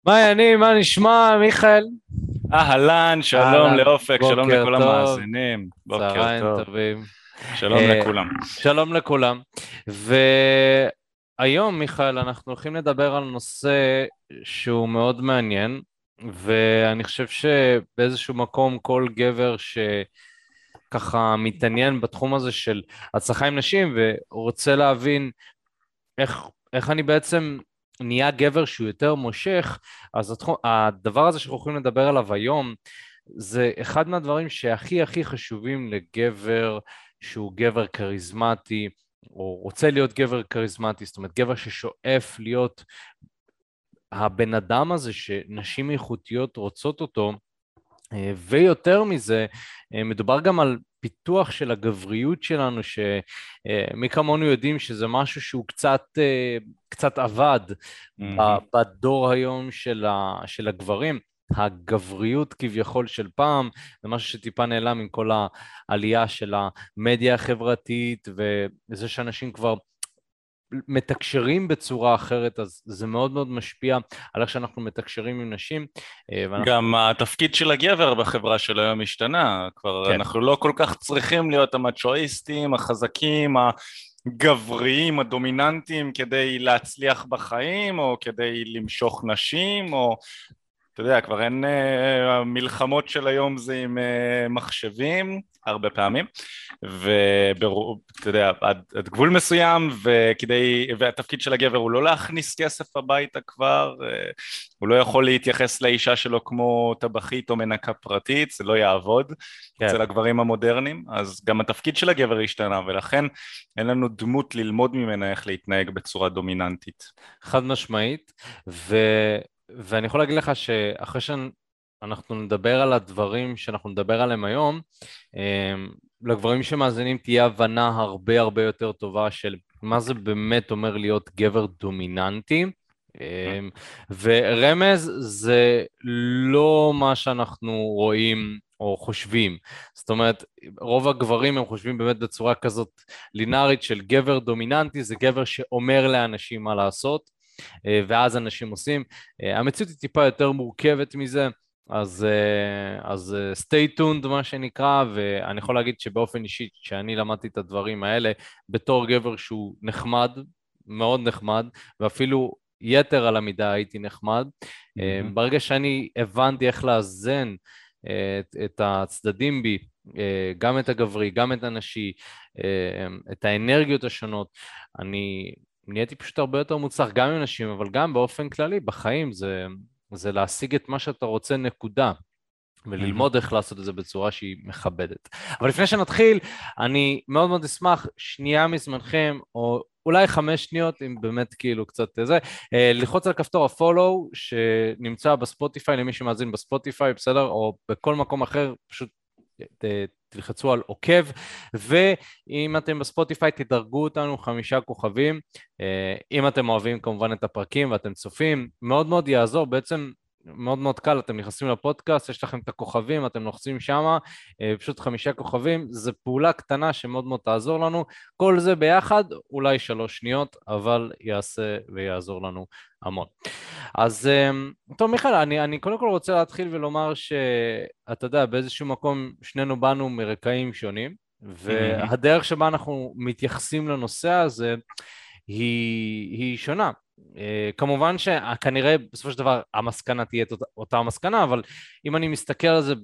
מה העניינים? מה נשמע, מיכאל? אהלן, שלום אהלן, לאופק, שלום בוקר לכל טוב, המאזינים, בוקר צהריים טוב, טובים. שלום אה, לכולם. שלום לכולם. והיום, מיכאל, אנחנו הולכים לדבר על נושא שהוא מאוד מעניין, ואני חושב שבאיזשהו מקום כל גבר שככה מתעניין בתחום הזה של הצלחה עם נשים ורוצה להבין איך אני בעצם נהיה גבר שהוא יותר מושך, אז הדבר הזה שאנחנו יכולים לדבר עליו היום, זה אחד מהדברים שהכי הכי חשובים לגבר שהוא גבר כריזמטי, או רוצה להיות גבר כריזמטי, זאת אומרת גבר ששואף להיות הבן אדם הזה שנשים איכותיות רוצות אותו, ויותר מזה, מדובר גם על פיתוח של הגבריות שלנו, שמי כמונו יודעים שזה משהו שהוא קצת אבד מהמם. בדור היום של הגברים. הגבריות כביכול של פעם, זה משהו שטיפה נעלם עם כל העלייה של המדיה החברתית, וזה שאנשים כבר מתקשרים בצורה אחרת, אז זה מאוד מאוד משפיע על איך שאנחנו מתקשרים עם נשים, גם ואנחנו, התפקיד של הגבר בחברה של היום השתנה, כבר כן. אנחנו לא כל כך צריכים להיות המצ'ואיסטים, החזקים, הגבריים, הדומיננטיים כדי להצליח בחיים, או כדי למשוך נשים, או אתה יודע, כבר אין, המלחמות של היום זה עם מחשבים, הרבה פעמים, ואתה יודע, עד גבול מסוים, והתפקיד של הגבר הוא לא להכניס כסף הביתה כבר, הוא לא יכול להתייחס לאישה שלו כמו טבחית או מנקה פרטית, זה לא יעבוד כן, אצל הגברים המודרניים, אז גם התפקיד של הגבר השתנה, ולכן אין לנו דמות ללמוד ממנה איך להתנהג בצורה דומיננטית. חד משמעית, ואני יכול להגיד לך שאחרי שאנחנו נדבר על הדברים שאנחנו נדבר עליהם היום, לגברים שמאזינים תהיה הבנה הרבה הרבה יותר טובה של מה זה באמת אומר להיות גבר דומיננטי, ורמז זה לא מה שאנחנו רואים או חושבים. זאת אומרת, רוב הגברים הם חושבים באמת בצורה כזאת לינארית של גבר דומיננטי, זה גבר שאומר לאנשים מה לעשות, ואז אנשים עושים. המציאות היא טיפה יותר מורכבת מזה, אז stay tuned מה שנקרא, ואני יכול להגיד שבאופן אישי, שאני למדתי את הדברים האלה בתור גבר שהוא נחמד, מאוד נחמד, ואפילו יתר על המידה הייתי נחמד. מהמם. ברגע שאני הבנתי איך לאזן את הצדדים בי, גם את הגברי, גם את הנשי, את האנרגיות השונות, אני נהייתי פשוט הרבה יותר מוצלח גם עם נשים, אבל גם באופן כללי בחיים, זה להשיג את מה שאתה רוצה, נקודה. מהמם. וללמוד איך לעשות את זה בצורה שהיא מכבדת. אבל לפני שנתחיל, אני מאוד מאוד אשמח שנייה מזמנכם, או אולי 5 שניות, אם באמת כאילו קצת זה, ללחוץ על כפתור הפולו שנמצא בספוטיפיי, למי שמאזין בספוטיפיי, בסדר? או בכל מקום אחר, פשוט תלחצו על עוקב, ואם אתם בספוטיפיי תדרגו אותנו 5 כוכבים, אם אתם אוהבים כמובן את הפרקים ואתם צופים, מאוד מאוד יעזור, בעצם מאוד מאוד קל, אתם נכנסים לפודקאסט, יש לכם את הכוכבים, אתם לוחצים שמה, פשוט 5 כוכבים, זו פעולה קטנה שמאוד מאוד תעזור לנו, כל זה ביחד, אולי 3 שניות, אבל יעשה ויעזור לנו המון. אז טוב מיכאל, אני קודם כל רוצה להתחיל ולומר שאתה יודע, באיזשהו מקום שנינו באנו מרקעים שונים, מהמם. והדרך שבה אנחנו מתייחסים לנושא הזה היא שונה. כמובן שכנראה בסופו של דבר המסקנה תהיה אותה המסקנה, אבל אם אני מסתכל על זה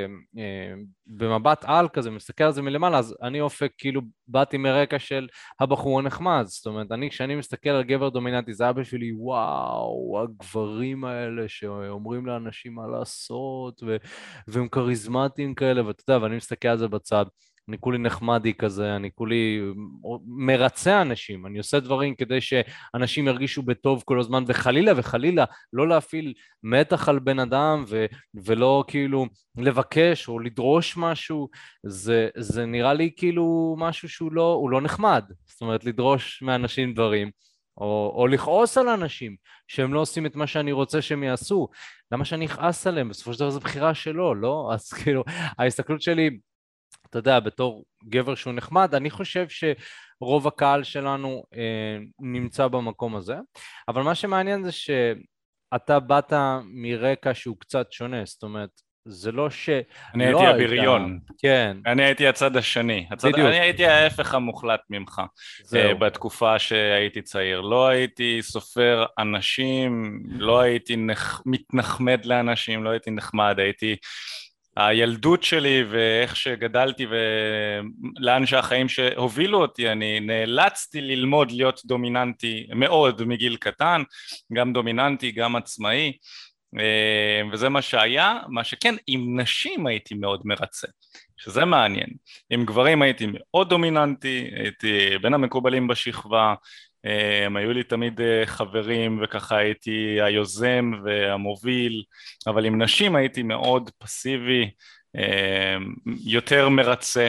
במבט על כזה, מסתכל על זה מלמעלה, אז אני אופק כאילו באתי מרקע של הבחור הנחמד, זאת אומרת, כשאני מסתכל על גבר דומיננטי, זה היה בשבילי, וואו, הגברים האלה שאומרים לאנשים מה לעשות, והם כריזמטיים כאלה, ואתה יודע, ואני מסתכל על זה בצד. אני כולי נחמדי כזה, אני כולי מרצה אנשים, אני עושה דברים כדי שאנשים ירגישו בטוב כל הזמן, וחלילה וחלילה לא להפעיל מתח על בן אדם ולא כאילו לבקש או לדרוש משהו, זה נראה לי כאילו משהו שהוא לא נחמד, זאת אומרת לדרוש מאנשים דברים. או לכעוס על אנשים שהם לא עושים את מה שאני רוצה שהם יעשו, למה שאני אכעס עליהם? בסופו של דבר זו בחירה שלו, לא? אז כאילו, ההסתכלות שלי, אתה יודע, בתור גבר שהוא נחמד, אני חושב שרוב הקהל שלנו נמצא במקום הזה, אבל מה שמעניין זה אתה באת מרקע שהוא קצת שונה, זאת אומרת, זה לא אני שלא הייתי היית, הבריון, כן, אני הייתי הצד השני, אני בדיוק, הייתי ההפך המוחלט ממך זהו. בתקופה שהייתי צעיר, לא הייתי סופר אנשים, לא הייתי מתנחמד לאנשים, לא הייתי נחמד, הייתי הילדות שלי ואיך שגדלתי ולאן שהחיים שהובילו אותי, אני נאלצתי ללמוד להיות דומיננטי מאוד מגיל קטן, גם דומיננטי, גם עצמאי, וזה מה שהיה. מה שכן, עם נשים הייתי מאוד מרצה, שזה מעניין. עם גברים הייתי מאוד דומיננטי, הייתי בין המקובלים בשכבה, הם היו לי תמיד חברים וככה הייתי היוזם והמוביל, אבל עם נשים הייתי מאוד פסיבי, יותר מרצה.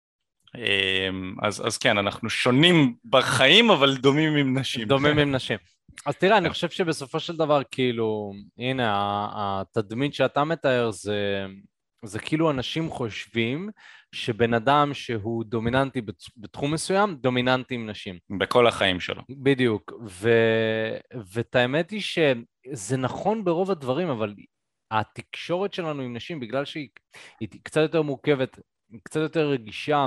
אז כן, אנחנו שונים בחיים אבל דומים עם נשים. דומים עם נשים. אז תראה, אני חושב שבסופו של דבר, כאילו, הנה, התדמית שאתה מתאר זה כאילו אנשים חושבים שבן אדם שהוא דומיננטי בתחום מסוים, דומיננטי עם נשים. בכל החיים שלו. בדיוק, ואת האמת היא שזה נכון ברוב הדברים, אבל התקשורת שלנו עם נשים, בגלל שהיא קצת יותר מורכבת, קצת יותר רגישה,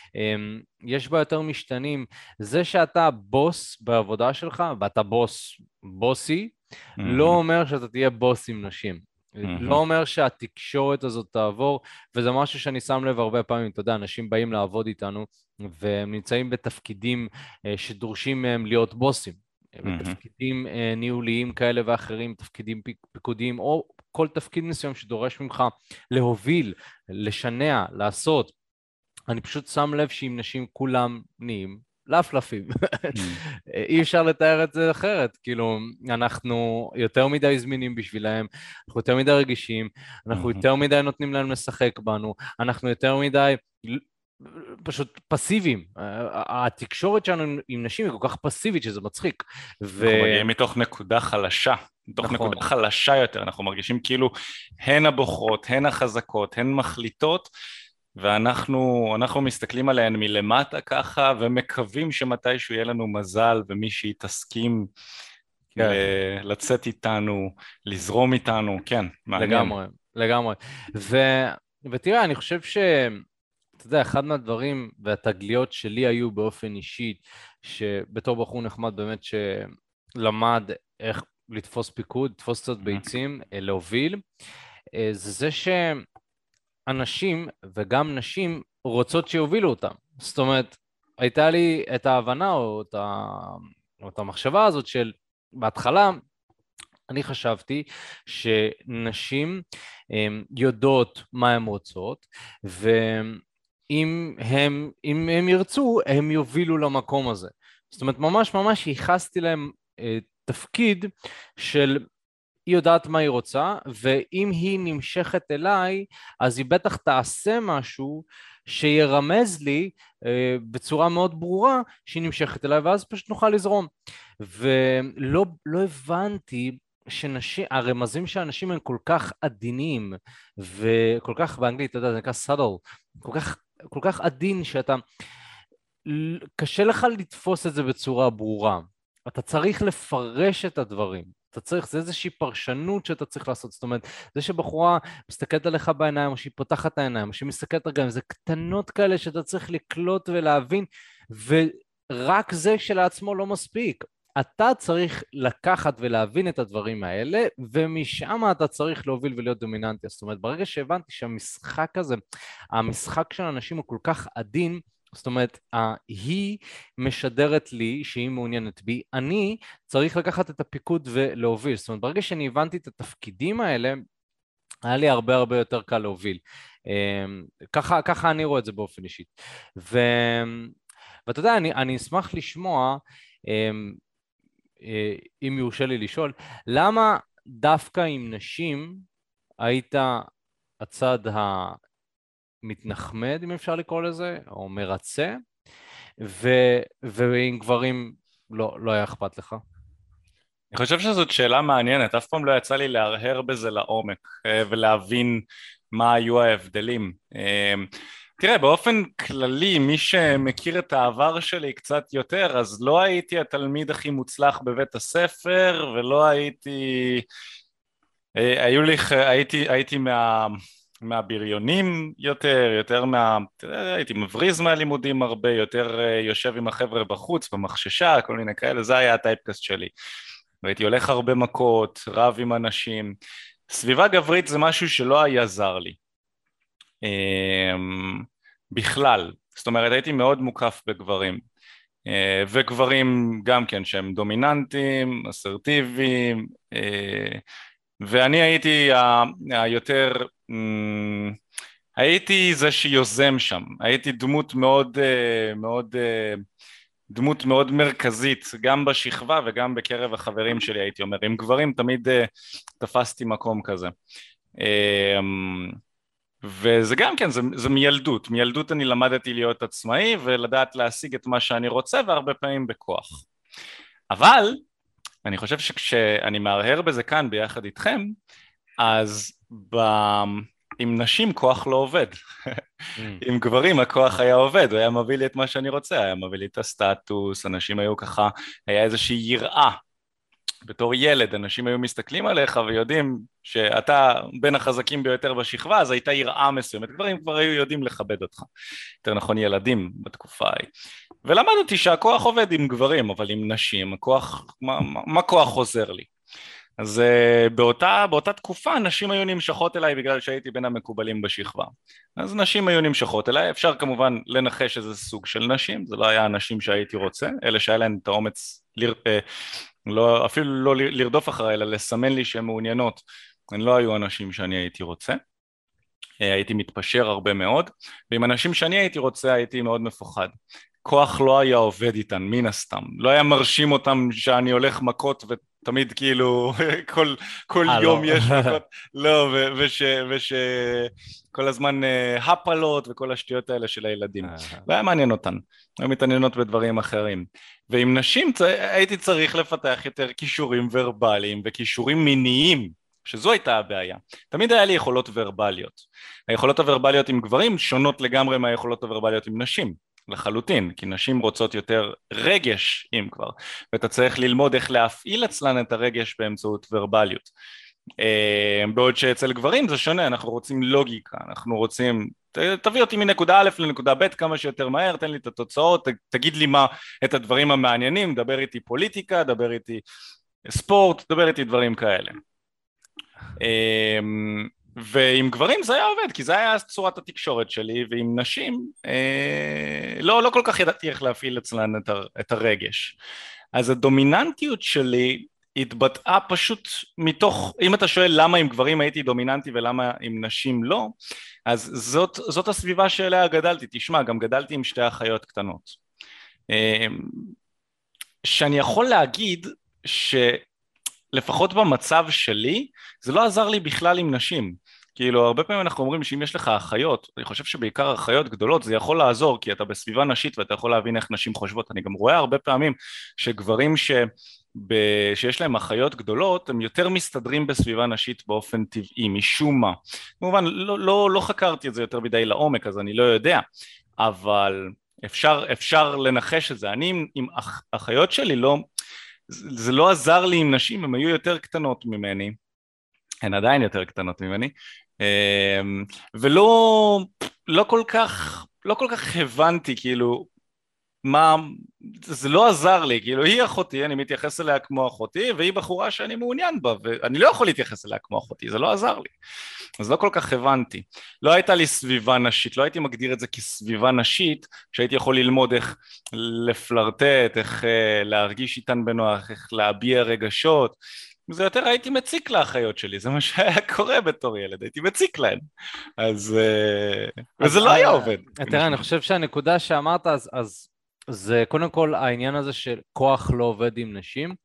יש בה יותר משתנים, זה שאתה בוס בעבודה שלך, ואתה בוסי, לא אומר שאתה תהיה בוס עם נשים. לא אומר שהתקשורת הזאת תעבור, וזה משהו שאני שם לב הרבה פעמים, אתה יודע, אנשים באים לעבוד איתנו, והם נמצאים בתפקידים שדורשים מהם להיות בוסים, בתפקידים ניהוליים כאלה ואחרים, תפקידים פיקודיים, או כל תפקיד מסוים שדורש ממך להוביל, לשנע, לעשות. אני פשוט שם לב שעם נשים כולם נהיים לפלפים. אי אפשר לתאר את זה אחרת, כאילו, אנחנו יותר מדי זמינים בשבילהם, אנחנו יותר מדי רגישים, אנחנו יותר מדי נותנים להם לשחק בנו, אנחנו יותר מדי פשוט פסיביים. התקשורת שלנו עם נשים היא כל כך פסיבית שזה מצחיק. אנחנו מגיעים מתוך נקודה חלשה, מתוך נקודה חלשה יותר, אנחנו מרגישים כאילו הן הבוחרות, הן החזקות, הן מחליטות, ואנחנו מסתכלים עליהן מלמטה ככה, ומקווים שמתישהו יהיה לנו מזל, ומישהי תסכים לצאת איתנו, לזרום איתנו, כן, מעניין. לגמרי, לגמרי. ותראה, אני חושב אתה יודע, אחד מהדברים והתגליות שלי היו באופן אישי, שבתור בחור נחמד באמת שלמד איך לתפוס פיקוד, לתפוס קצת ביצים, להוביל, זה שאנשים וגם נשים רוצות שיובילו אותם. זאת אומרת, הייתה לי את ההבנה או את המחשבה הזאת של בהתחלה, אני חשבתי שנשים יודעות מה הן רוצות, אם הם ירצו, הם יובילו למקום הזה. זאת אומרת, ממש ייחסתי להם תפקיד של היא יודעת מה היא רוצה, ואם היא נמשכת אליי, אז היא בטח תעשה משהו שירמז לי בצורה מאוד ברורה שהיא נמשכת אליי, ואז פשוט נוכל לזרום. ולא הבנתי הרמזים של האנשים הם כל כך עדינים, וכל כך באנגלית, אתה יודע, זה נקרא subtle, כל כך עדין שאתה, קשה לך לתפוס את זה בצורה ברורה. אתה צריך לפרש את הדברים. זה איזושהי פרשנות שאתה צריך לעשות. זאת אומרת, זה שבחורה מסתכלת עליך בעיניים, או שהיא פותחת את העיניים, או שהיא מסתכלת רגעים, זה קטנות כאלה שאתה צריך לקלוט ולהבין, ורק זה שלעצמו לא מספיק. אתה צריך לקחת ולהבין את הדברים האלה, ומשם אתה צריך להוביל ולהיות דומיננטי. זאת אומרת, ברגע שהבנתי שהמשחק הזה, המשחק של אנשים הוא כל כך עדין, זאת אומרת, היא משדרת לי שהיא מעוניינת בי, אני צריך לקחת את הפיקוד ולהוביל. זאת אומרת, ברגע שאני הבנתי את התפקידים האלה, היה לי הרבה הרבה יותר קל להוביל. ככה אני רואה את זה באופן אישי. ואתה יודע, אני אשמח לשמוע, אם יורשה לי לשאול, למה דווקא עם נשים היית הצד מתנחמד, אם אפשר לקרוא לזה, או מרצה, ועם גברים לא היה אכפת לך? אני חושב שזאת שאלה מעניינת, אף פעם לא יצא לי להרהר בזה לעומק ולהבין מה היו ההבדלים. תראה, באופן כללי, מי שמכיר את העבר שלי קצת יותר, אז לא הייתי התלמיד הכי מוצלח בבית הספר, ולא הייתי... הייתי מהבריונים יותר הייתי מבריז מהלימודים הרבה, יותר יושב עם החבר'ה בחוץ, במחששה, כל מיני כאלה, זה היה הטייפקאסט שלי. והייתי הולך הרבה מכות, רב עם אנשים. סביבה גברית זה משהו שלא היה זר לי. בכלל, זאת אומרת הייתי מאוד מוקף בגברים, וגברים גם כן שהם דומיננטיים, אסרטיביים, ואני הייתי היותר, הייתי זה שיוזם שם, הייתי דמות מאוד מרכזית, גם בשכבה וגם בקרב החברים שלי, הייתי אומר, עם גברים תמיד תפסתי מקום כזה. וזה גם כן, זה מילדות אני למדתי להיות עצמאי ולדעת להשיג את מה שאני רוצה, והרבה פעמים בכוח. אבל אני חושב שכשאני מהרהר בזה כאן ביחד איתכם, אז עם נשים כוח לא עובד. עם גברים הכוח היה עובד, הוא היה מביא לי את מה שאני רוצה, היה מביא לי את הסטטוס, אנשים היו ככה, היה איזושהי יראה. בתור ילד אנשים היו מסתכלים עליך ויודעים שאתה בין החזקים ביותר בשכבה, אז הייתה יראה מסוימת, גברים כבר היו יודעים לכבד אותך, יותר נכון ילדים בתקופה ההיא. ולמדתי שהכוח עובד עם גברים, אבל עם נשים, מה כוח עוזר לי? אז באותה תקופה נשים היו נמשכות אליי בגלל שהייתי בין המקובלים בשכבה. אז נשים היו נמשכות אליי, אפשר כמובן לנחש איזה סוג של נשים, זה לא היה הנשים שהייתי רוצה, אלה שהיה להן את האומץ אפילו לא לרדוף אחריי, אלא לסמן לי שהן מעוניינות, הן לא היו אנשים שאני הייתי רוצה, הייתי מתפשר הרבה מאוד, ועם אנשים שאני הייתי רוצה הייתי מאוד מפוחד. כוח לא היה עובד איתן, מן הסתם, לא היה מרשים אותם שאני הולך מכות ותמיד כאילו כל יום יש מכות, לא, ושכל הזמן הפלות וכל השטויות האלה של הילדים, לא היה מעניין אותן, היו מתעניינות בדברים אחרים. ועם נשים הייתי צריך לפתח יותר כישורים ורבליים וכישורים מיניים, שזו הייתה הבעיה. תמיד היה לי יכולות ורבליות. היכולות הוורבליות עם גברים שונות לגמרי מהיכולות הוורבליות עם נשים, לחלוטין, כי נשים רוצות יותר רגש, אם כבר, ואתה צריך ללמוד איך להפעיל אצלן את הרגש באמצעות ורבליות. בעוד שאצל גברים זה שונה, אנחנו רוצים לוגיקה, אנחנו רוצים, תביא אותי מנקודה א' לנקודה ב' כמה שיותר מהר, תן לי את התוצאות, תגיד לי את הדברים המעניינים, דבר איתי פוליטיקה, דבר איתי ספורט, דבר איתי דברים כאלה. ועם גברים זה היה עובד, כי זה היה צורת התקשורת שלי, ועם נשים לא כל כך ידעתי איך להפעיל אצלן את הרגש. אז הדומיננטיות שלי התבטאה פשוט מתוך, אם אתה שואל למה עם גברים הייתי דומיננטי ולמה עם נשים לא, אז זאת הסביבה שאליה גדלתי. תשמע, גם גדלתי עם שתי אחיות קטנות. שאני יכול להגיד שלפחות במצב שלי, זה לא עזר לי בכלל עם נשים. כאילו הרבה פעמים אנחנו אומרים שאם יש לך אחיות, אני חושב שבעיקר אחיות גדולות זה יכול לעזור, כי אתה בסביבה נשית ואתה יכול להבין איך נשים חושבות. אני גם רואה הרבה פעמים שגברים שיש להם אחיות גדולות, הם יותר מסתדרים בסביבה נשית באופן טבעי, משום מה. כמובן, לא חקרתי את זה יותר מדי לעומק, אז אני לא יודע, אבל אפשר לנחש את זה. אני עם אחיות שלי, זה לא עזר לי עם נשים, הן היו יותר קטנות ממני, הן עדיין יותר קטנות ממני, ולא כל כך הבנתי, כאילו, זה לא עזר לי, כאילו היא אחותי, אני מתייחס אליה כמו אחותי, והיא בחורה שאני מעוניין בה, ואני לא יכול להתייחס אליה כמו אחותי, זה לא עזר לי, אז לא כל כך הבנתי. לא הייתה לי סביבה נשית, לא הייתי מגדיר את זה כסביבה נשית, שהייתי יכול ללמוד איך לפלרטט, איך להרגיש איתן בנוח, איך להביע רגשות, זה יותר הייתי מציק לאחיות שלי, זה מה שהיה קורה בתור ילד, הייתי מציק להן, אז וזה לא היה עובד. תראה, אני חושב שהנקודה שאמרת, אז זה קודם כל העניין הזה של כוח לא עובד עם נשים,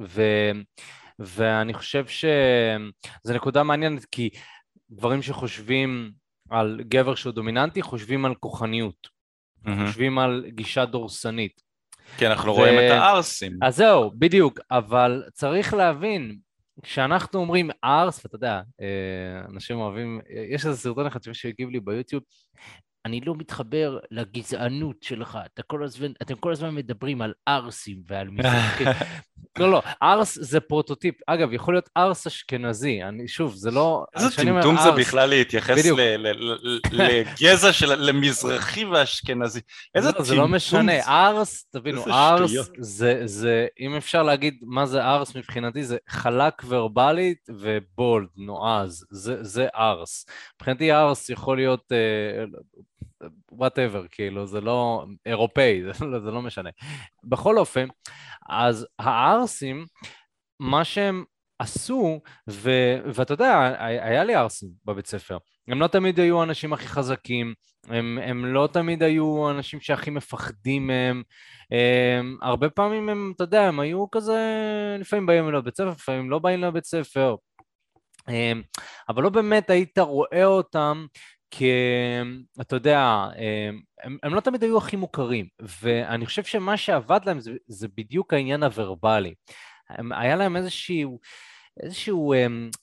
ואני חושב שזה נקודה מעניינת, כי דברים שחושבים על גבר שהוא דומיננטי, חושבים על כוחניות, חושבים על גישה דורסנית. כי אנחנו רואים את הארסים. אז זהו, בדיוק, אבל צריך להבין, כשאנחנו אומרים ארס, ואתה יודע, אנשים אוהבים, יש איזה סרטון אחד שהגיב לי ביוטיוב, אני לא מתחבר לגזענות שלך, אתם כל הזמן מדברים על ארסים ועל מזרחים. לא, ארס זה פרוטוטיפ. אגב, יכול להיות ארס אשכנזי. שוב, זה לא... איזה טמטום זה בכלל להתייחס לגזע למזרחי ואשכנזי. איזה טמטום. זה לא משנה. ארס, תבינו, ארס זה, אם אפשר להגיד מה זה ארס מבחינתי, זה חלק ורבלית ובולד, נועז. זה ארס. מבחינתי ארס יכול להיות... whatever, כאילו, זה לא אירופאי, זה לא משנה. בכל אופן, אז הערסים, מה שהם עשו, ואתה יודע, היה לי ערסים בבית ספר, הם לא תמיד היו האנשים הכי חזקים, הם לא תמיד היו האנשים שהכי מפחדים מהם, הרבה פעמים הם, אתה יודע, הם היו כזה, לפעמים באים לבית ספר, לפעמים לא באים לבית ספר, אבל לא באמת היית רואה אותם, כי אתה יודע, הם לא תמיד היו הכי מוכרים, ואני חושב שמה שעבד להם זה בדיוק העניין הוורבלי. היה להם איזשהו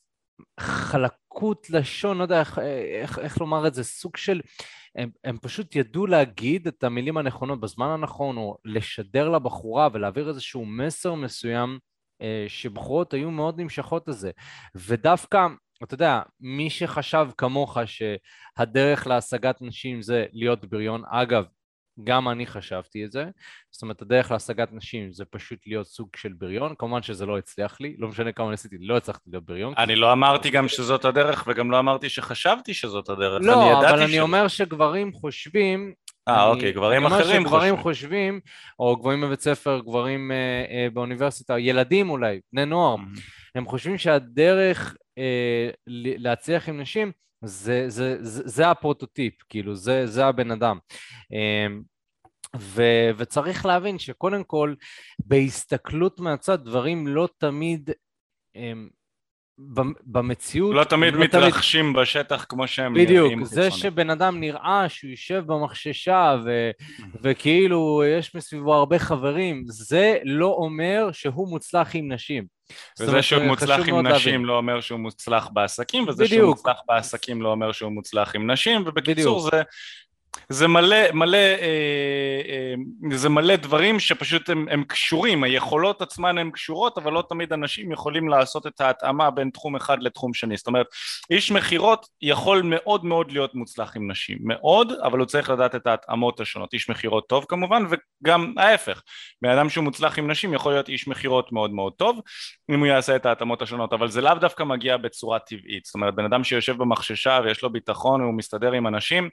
חלקות לשון, לא יודע איך לומר את זה, סוג של, הם פשוט ידעו להגיד את המילים הנכונות בזמן הנכון, או לשדר לבחורה ולהעביר איזשהו מסר מסוים, שבחורות היו מאוד נמשכות לזה, ודווקא, אתה יודע, מי שחשב כמוך שהדרך להשגת נשים זה להיות בריון, אגב, גם אני חשבתי את זה, זאת אומרת, הדרך להשגת נשים זה פשוט להיות סוג של בריון, כמובן שזה לא הצליח לי, לא משנה כמה ניסיתי, לא הצלחתי להיות בריון. אני לא אמרתי גם שזאת הדרך, וגם לא אמרתי שחשבתי שזאת הדרך. לא, אבל אני אומר שגברים חושבים, אוקיי, גברים אחרים חושבים, או גברים בבית ספר, גברים באוניברסיטה, ילדים אולי, בני נוער, הם חושבים שהדרך להצליח עם נשים, זה הפרוטוטיפ, כאילו, זה הבן אדם. וצריך להבין שקודם כל, בהסתכלות מהצד, דברים לא תמיד במציאות... לא תמיד מתרחשים בשטח כמו שהם נראים. בדיוק, זה שבן אדם נראה שהוא יושב במחששה וכאילו יש מסביבו הרבה חברים, זה לא אומר שהוא מוצלח עם נשים. וזה שהוא מוצלח עם נשים לא אומר שהוא מוצלח בעסקים, וזה שהוא מוצלח בעסקים לא אומר שהוא מוצלח עם נשים, ובקיצור זה מלא דברים שפשוט הם קשורים, היכולות עצמן הן קשורות, אבל לא תמיד אנשים יכולים לעשות את ההתאמה בין תחום אחד לתחום שני. זאת אומרת, איש מחירות יכול מאוד מאוד להיות מוצלח עם נשים, מאוד, אבל הוא צריך לדעת את ההתאמות השונות. איש מחירות טוב כמובן, וגם ההפך, בן אדם שהוא מוצלח עם נשים יכול להיות איש מחירות מאוד מאוד טוב, אם הוא יעשה את ההתאמות השונות, אבל זה לאו דווקא מגיע בצורה טבעית. זאת אומרת, בן אדם שיושב במחששה ויש לו ביטחון והוא מסתדר עם אנשים,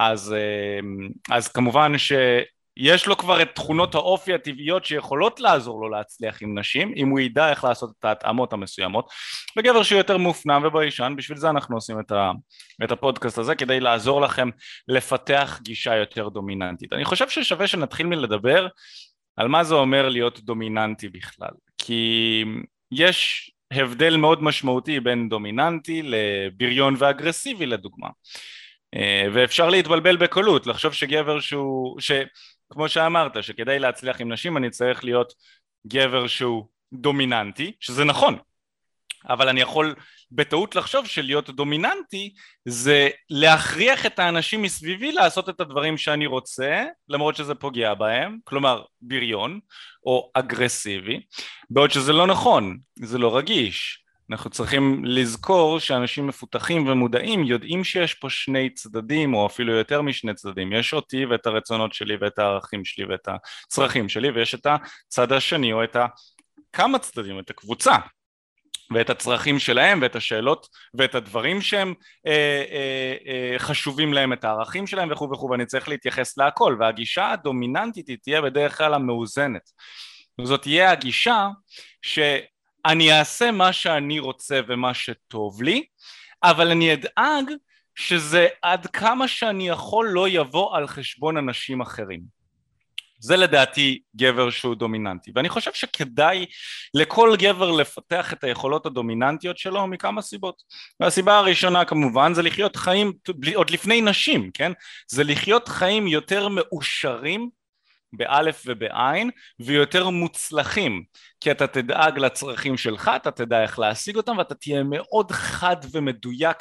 אז כמובן שיש לו כבר את תכונות האופי הטבעיות שיכולות לעזור לו להצליח עם נשים, אם הוא ידע איך לעשות את ההתאמות המסוימות. וגבר שהוא יותר מופנם וביישן, בשביל זה אנחנו עושים את הפודקאסט הזה, כדי לעזור לכם לפתח גישה יותר דומיננטית. אני חושב ששווה שנתחיל מלדבר על מה זה אומר להיות דומיננטי בכלל, כי יש הבדל מאוד משמעותי בין דומיננטי לבריון ואגרסיבי לדוגמה. ואפשר להתבלבל בקלות, לחשוב שגבר כמו שאמרת, שכדי להצליח עם נשים אני צריך להיות גבר שהוא דומיננטי, שזה נכון, אבל אני יכול בטעות לחשוב שלהיות דומיננטי זה להכריח את האנשים מסביבי לעשות את הדברים שאני רוצה, למרות שזה פוגע בהם, כלומר בריון או אגרסיבי, בעוד שזה לא נכון, זה לא רגיש. אנחנו צריכים לזכור שאנשים מפותחים ומודעים יודעים שיש פה שני צדדים או אפילו יותר משני צדדים. יש אותי ואת הרצונות שלי ואת הערכים שלי ואת הצרכים שלי, ויש את הצד השני או את כמה צדדים, את הקבוצה ואת הצרכים שלהם ואת השאלות ואת הדברים שהם חשובים להם, את הערכים שלהם וכו' וכו', ואני צריך להתייחס להכל. והגישה הדומיננטית היא תהיה בדרך כלל המאוזנת. זאת תהיה הגישה אני אעשה מה שאני רוצה ומה שטוב לי, אבל אני אדאג שזה עד כמה שאני יכול לא יבוא על חשבון אנשים אחרים. זה לדעתי גבר שהוא דומיננטי, ואני חושב שכדאי לכל גבר לפתח את היכולות הדומיננטיות שלו מכמה סיבות. והסיבה הראשונה כמובן זה לחיות חיים, עוד לפני נשים, כן? זה לחיות חיים יותר מאושרים, באלף ובעין, ויותר מוצלחים, כי אתה תדאג לצרכים שלך, אתה תדע איך להשיג אותם, ואתה תהיה מאוד חד ומדויק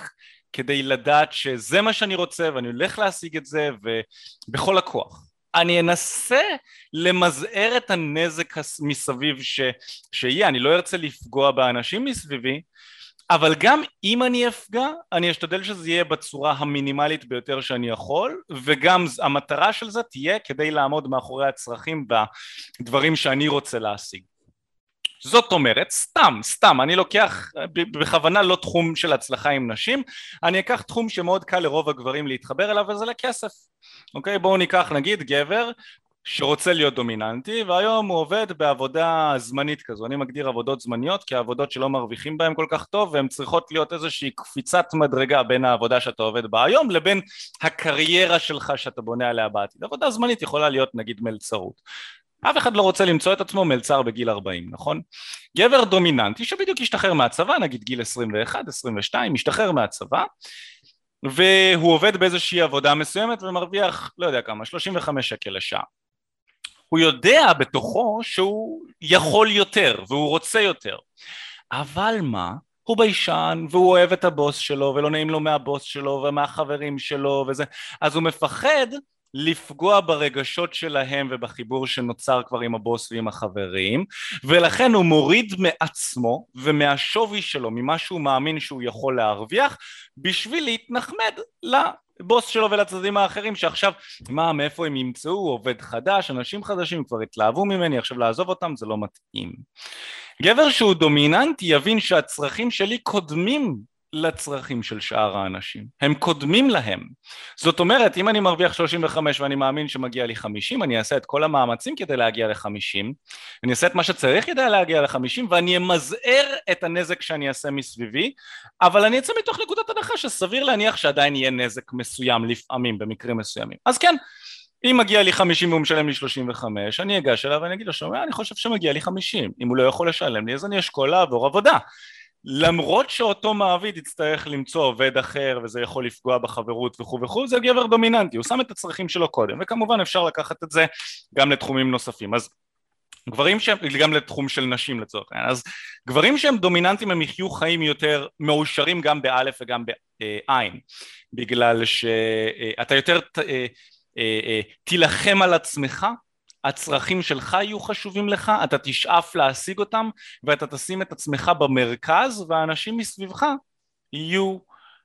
כדי לדעת שזה מה שאני רוצה ואני הולך להשיג את זה ובכל הכוח. אני אנסה למזער את הנזק מסביב שיהיה, אני לא ארצה לפגוע באנשים מסביבי, אבל גם אם אני אפגע, אני אשתדל שזה יהיה בצורה המינימלית ביותר שאני יכול, וגם המטרה של זה תהיה כדי לעמוד מאחורי הצרכים בדברים שאני רוצה להשיג. זאת אומרת, סתם, אני לוקח בכוונה לא תחום של הצלחה עם נשים, אני אקח תחום שמאוד קל לרוב הגברים להתחבר אליו, וזה לכסף. אוקיי, בואו ניקח נגיד גבר שרוצה להיות דומיננטי, והיום הוא עובד בעבודה זמנית כזו. אני מגדיר עבודות זמניות כעבודות שלא מרוויחים בהן כל כך טוב, והן צריכות להיות איזושהי קפיצת מדרגה בין העבודה שאתה עובד בה היום, לבין הקריירה שלך שאתה בונה עליה בעתיד. עבודה זמנית יכולה להיות נגיד מלצרות. אף אחד לא רוצה למצוא את עצמו מלצר בגיל 40, נכון? גבר דומיננטי שבדיוק השתחרר מהצבא, נגיד גיל 21, 22, השתחרר מהצבא, והוא עובד באיזושהי עבודה מסוימת ומרוויח, לא יודע כמה, 35 שקל לשעה. הוא יודע בתוכו שהוא יכול יותר והוא רוצה יותר, אבל מה? הוא ביישן והוא אוהב את הבוס שלו ולא נעים לו מהבוס שלו ומהחברים שלו וזה, אז הוא מפחד לפגוע ברגשות שלהם ובחיבור שנוצר כבר עם הבוס ועם החברים, ולכן הוא מוריד מעצמו ומהשווי שלו, ממה שהוא מאמין שהוא יכול להרוויח, בשביל להתנחמד לבוס שלו ולצדדים האחרים שעכשיו, מאיפה הם ימצאו עובד חדש, אנשים חדשים כבר התלהבו ממני, עכשיו לעזוב אותם זה לא מתאים. גבר שהוא דומיננטי יבין שהצרכים שלי קודמים לצרכים של שאר האנשים, הם קודמים להם. זאת אומרת, אם אני מרוויח 35 ואני מאמין שמגיע לי 50, אני אעשה את כל המאמצים כדי להגיע ל-50, אני אעשה את מה שצריך כדי להגיע ל-50, ואני אמזער את הנזק שאני אעשה מסביבי, אבל אני אצא מתוך נקודת הנחה שסביר להניח שעדיין יהיה נזק מסוים לפעמים, במקרים מסוימים. אז כן, אם מגיע לי 50 והוא משלם לי 35, אני אגש אליו ואני אגיד לו, שומע, אני חושב שמגיע לי 50, אם הוא לא יכול לשלם לי, אז אני אשקול לעבור עבודה. למרות שאותו מעביד יצטרך למצוא עובד אחר וזה יכול לפגוע בחברות וכו' וכו', זה גבר דומיננטי, הוא שם את הצרכים שלו קודם, וכמובן אפשר לקחת את זה גם לתחומים נוספים. אז גברים שהם, גם לתחום של נשים לצורך העניין, אז גברים שהם דומיננטיים הם יחיו חיים יותר מאושרים גם באלף וגם בעין, בגלל שאתה יותר תילחם על עצמך, הצרכים שלך יהיו חשובים לך, אתה תשאף להשיג אותם ואתה תשים את עצמך במרכז, והאנשים מסביבך יהיו,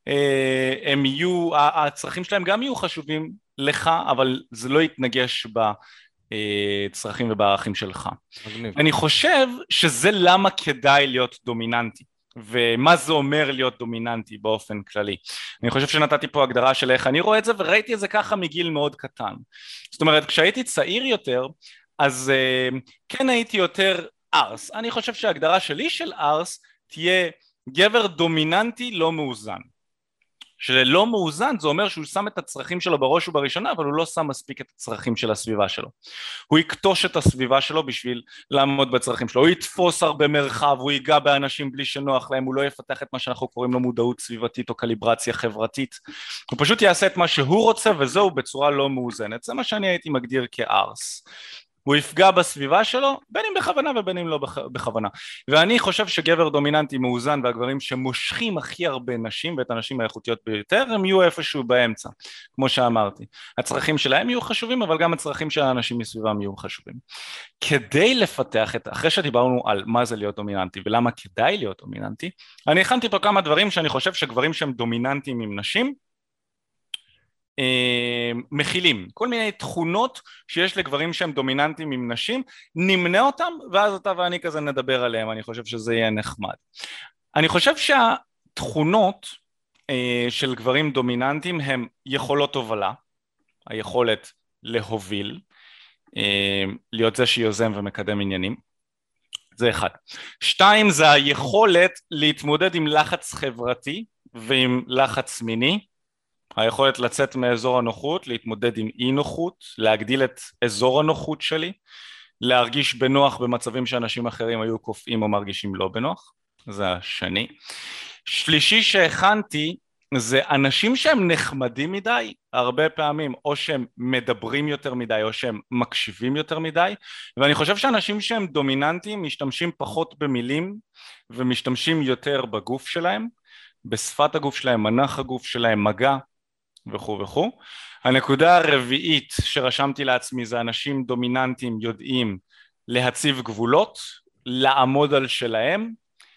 הצרכים שלהם גם יהיו חשובים לך, אבל זה לא יתנגש בצרכים ובערכים שלך. מגניב. אני חושב שזה למה כדאי להיות דומיננטי, ומה זה אומר להיות דומיננטי באופן כללי. אני חושב שנתתי פה הגדרה של איך אני רואה את זה, וראיתי את זה ככה מגיל מאוד קטן. זאת אומרת, כשהייתי צעיר יותר, אז כן הייתי יותר ארס. אני חושב שההגדרה שלי של ארס תהיה גבר דומיננטי לא מאוזן. שלא מאוזן זה אומר שהוא שם את הצרכים שלו בראש ובראשונה, אבל הוא לא שם מספיק את הצרכים של הסביבה שלו. הוא יקטוש את הסביבה שלו בשביל לעמוד בצרכים שלו, הוא יתפוס הרבה מרחב, הוא ייגע באנשים בלי שנוח להם, הוא לא יפתח את מה שאנחנו קוראים לו מודעות סביבתית או קליברציה חברתית, הוא פשוט יעשה את מה שהוא רוצה וזהו בצורה לא מאוזנת. זה מה שאני הייתי מגדיר כארס. הוא יפגע בסביבה שלו, בין אם בכוונה ובין אם לא בכוונה. ואני חושב שגבר דומיננטי מאוזן והגברים שמושכים הכי הרבה נשים ואת הנשים האיכותיות ביותר, הם יהיו איפשהו באמצע, כמו שאמרתי. הצרכים שלהם יהיו חשובים, אבל גם הצרכים של האנשים מסביבם יהיו חשובים. כדי לפתח את, אחרי שדיברנו על מה זה להיות דומיננטי ולמה כדאי להיות דומיננטי, אני הכנתי פה כמה דברים שאני חושב שגברים שהם דומיננטיים עם נשים, מכילים, כל מיני תכונות שיש לגברים שהם דומיננטיים עם נשים, נמנה אותם ואז אתה ואני כזה נדבר עליהם, אני חושב שזה יהיה נחמד. אני חושב שהתכונות של גברים דומיננטיים הם יכולות הובלה, היכולת להוביל, להיות זה שיוזם ומקדם עניינים, זה אחד. שתיים, זה היכולת להתמודד עם לחץ חברתי ועם לחץ מיני, היכולת לצאת מאזור הנוחות, להתמודד עם אי נוחות, להגדיל את אזור הנוחות שלי, להרגיש בנוח במצבים שאנשים אחרים היו קופאים או מרגישים לא בנוח, זה השני. שלישי שהכנתי זה אנשים שהם נחמדים מדי, הרבה פעמים או שהם מדברים יותר מדי או שהם מקשיבים יותר מדי, ואני חושב שאנשים שהם דומיננטיים משתמשים פחות במילים ומשתמשים יותר בגוף שלהם, בשפת הגוף שלהם, מנח הגוף שלהם, מגע וכו' וכו'. הנקודה הרביעית שרשמתי לעצמי זה אנשים דומיננטיים יודעים להציב גבולות, לעמוד על שלהם,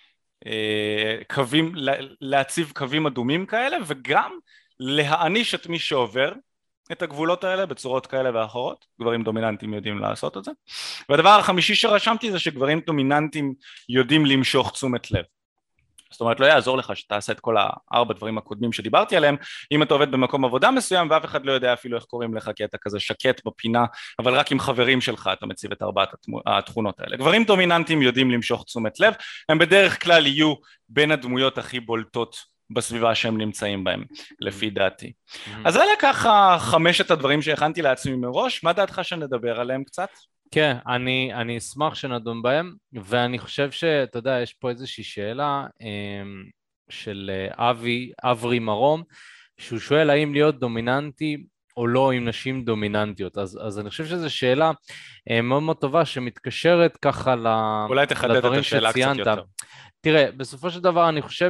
להציב קווים אדומים כאלה, וגם להעניש את מי שעובר את הגבולות האלה בצורות כאלה ואחרות. גברים דומיננטיים יודעים לעשות את זה. והדבר החמישי שרשמתי זה שגברים דומיננטיים יודעים למשוך תשומת לב. זאת אומרת, לא יעזור לך שתעשה את כל 4 דברים הקודמים שדיברתי עליהם, אם אתה עובד במקום עבודה מסוים ואף אחד לא יודע אפילו איך קוראים לך, כי אתה כזה שקט בפינה, אבל רק עם חברים שלך אתה מציב את 4 התכונות האלה. גברים דומיננטיים יודעים למשוך תשומת לב, הם בדרך כלל יהיו בין הדמויות הכי בולטות בסביבה שהם נמצאים בהם, לפי דעתי. אז אלה ככה 5 הדברים שהכנתי לעצמי מראש, מה דעתך שנדבר עליהם קצת? כן, אני אשמח שנדון בהם, ואני חושב שאתה יודע, יש פה איזושהי שאלה של אברי מרום, שהוא שואל האם להיות דומיננטי או לא עם נשים דומיננטיות. אז אני חושב שזו שאלה מאוד מאוד טובה שמתקשרת ככה אולי תחדד את השאלה קצת יותר. תראה, בסופו של דבר אני חושב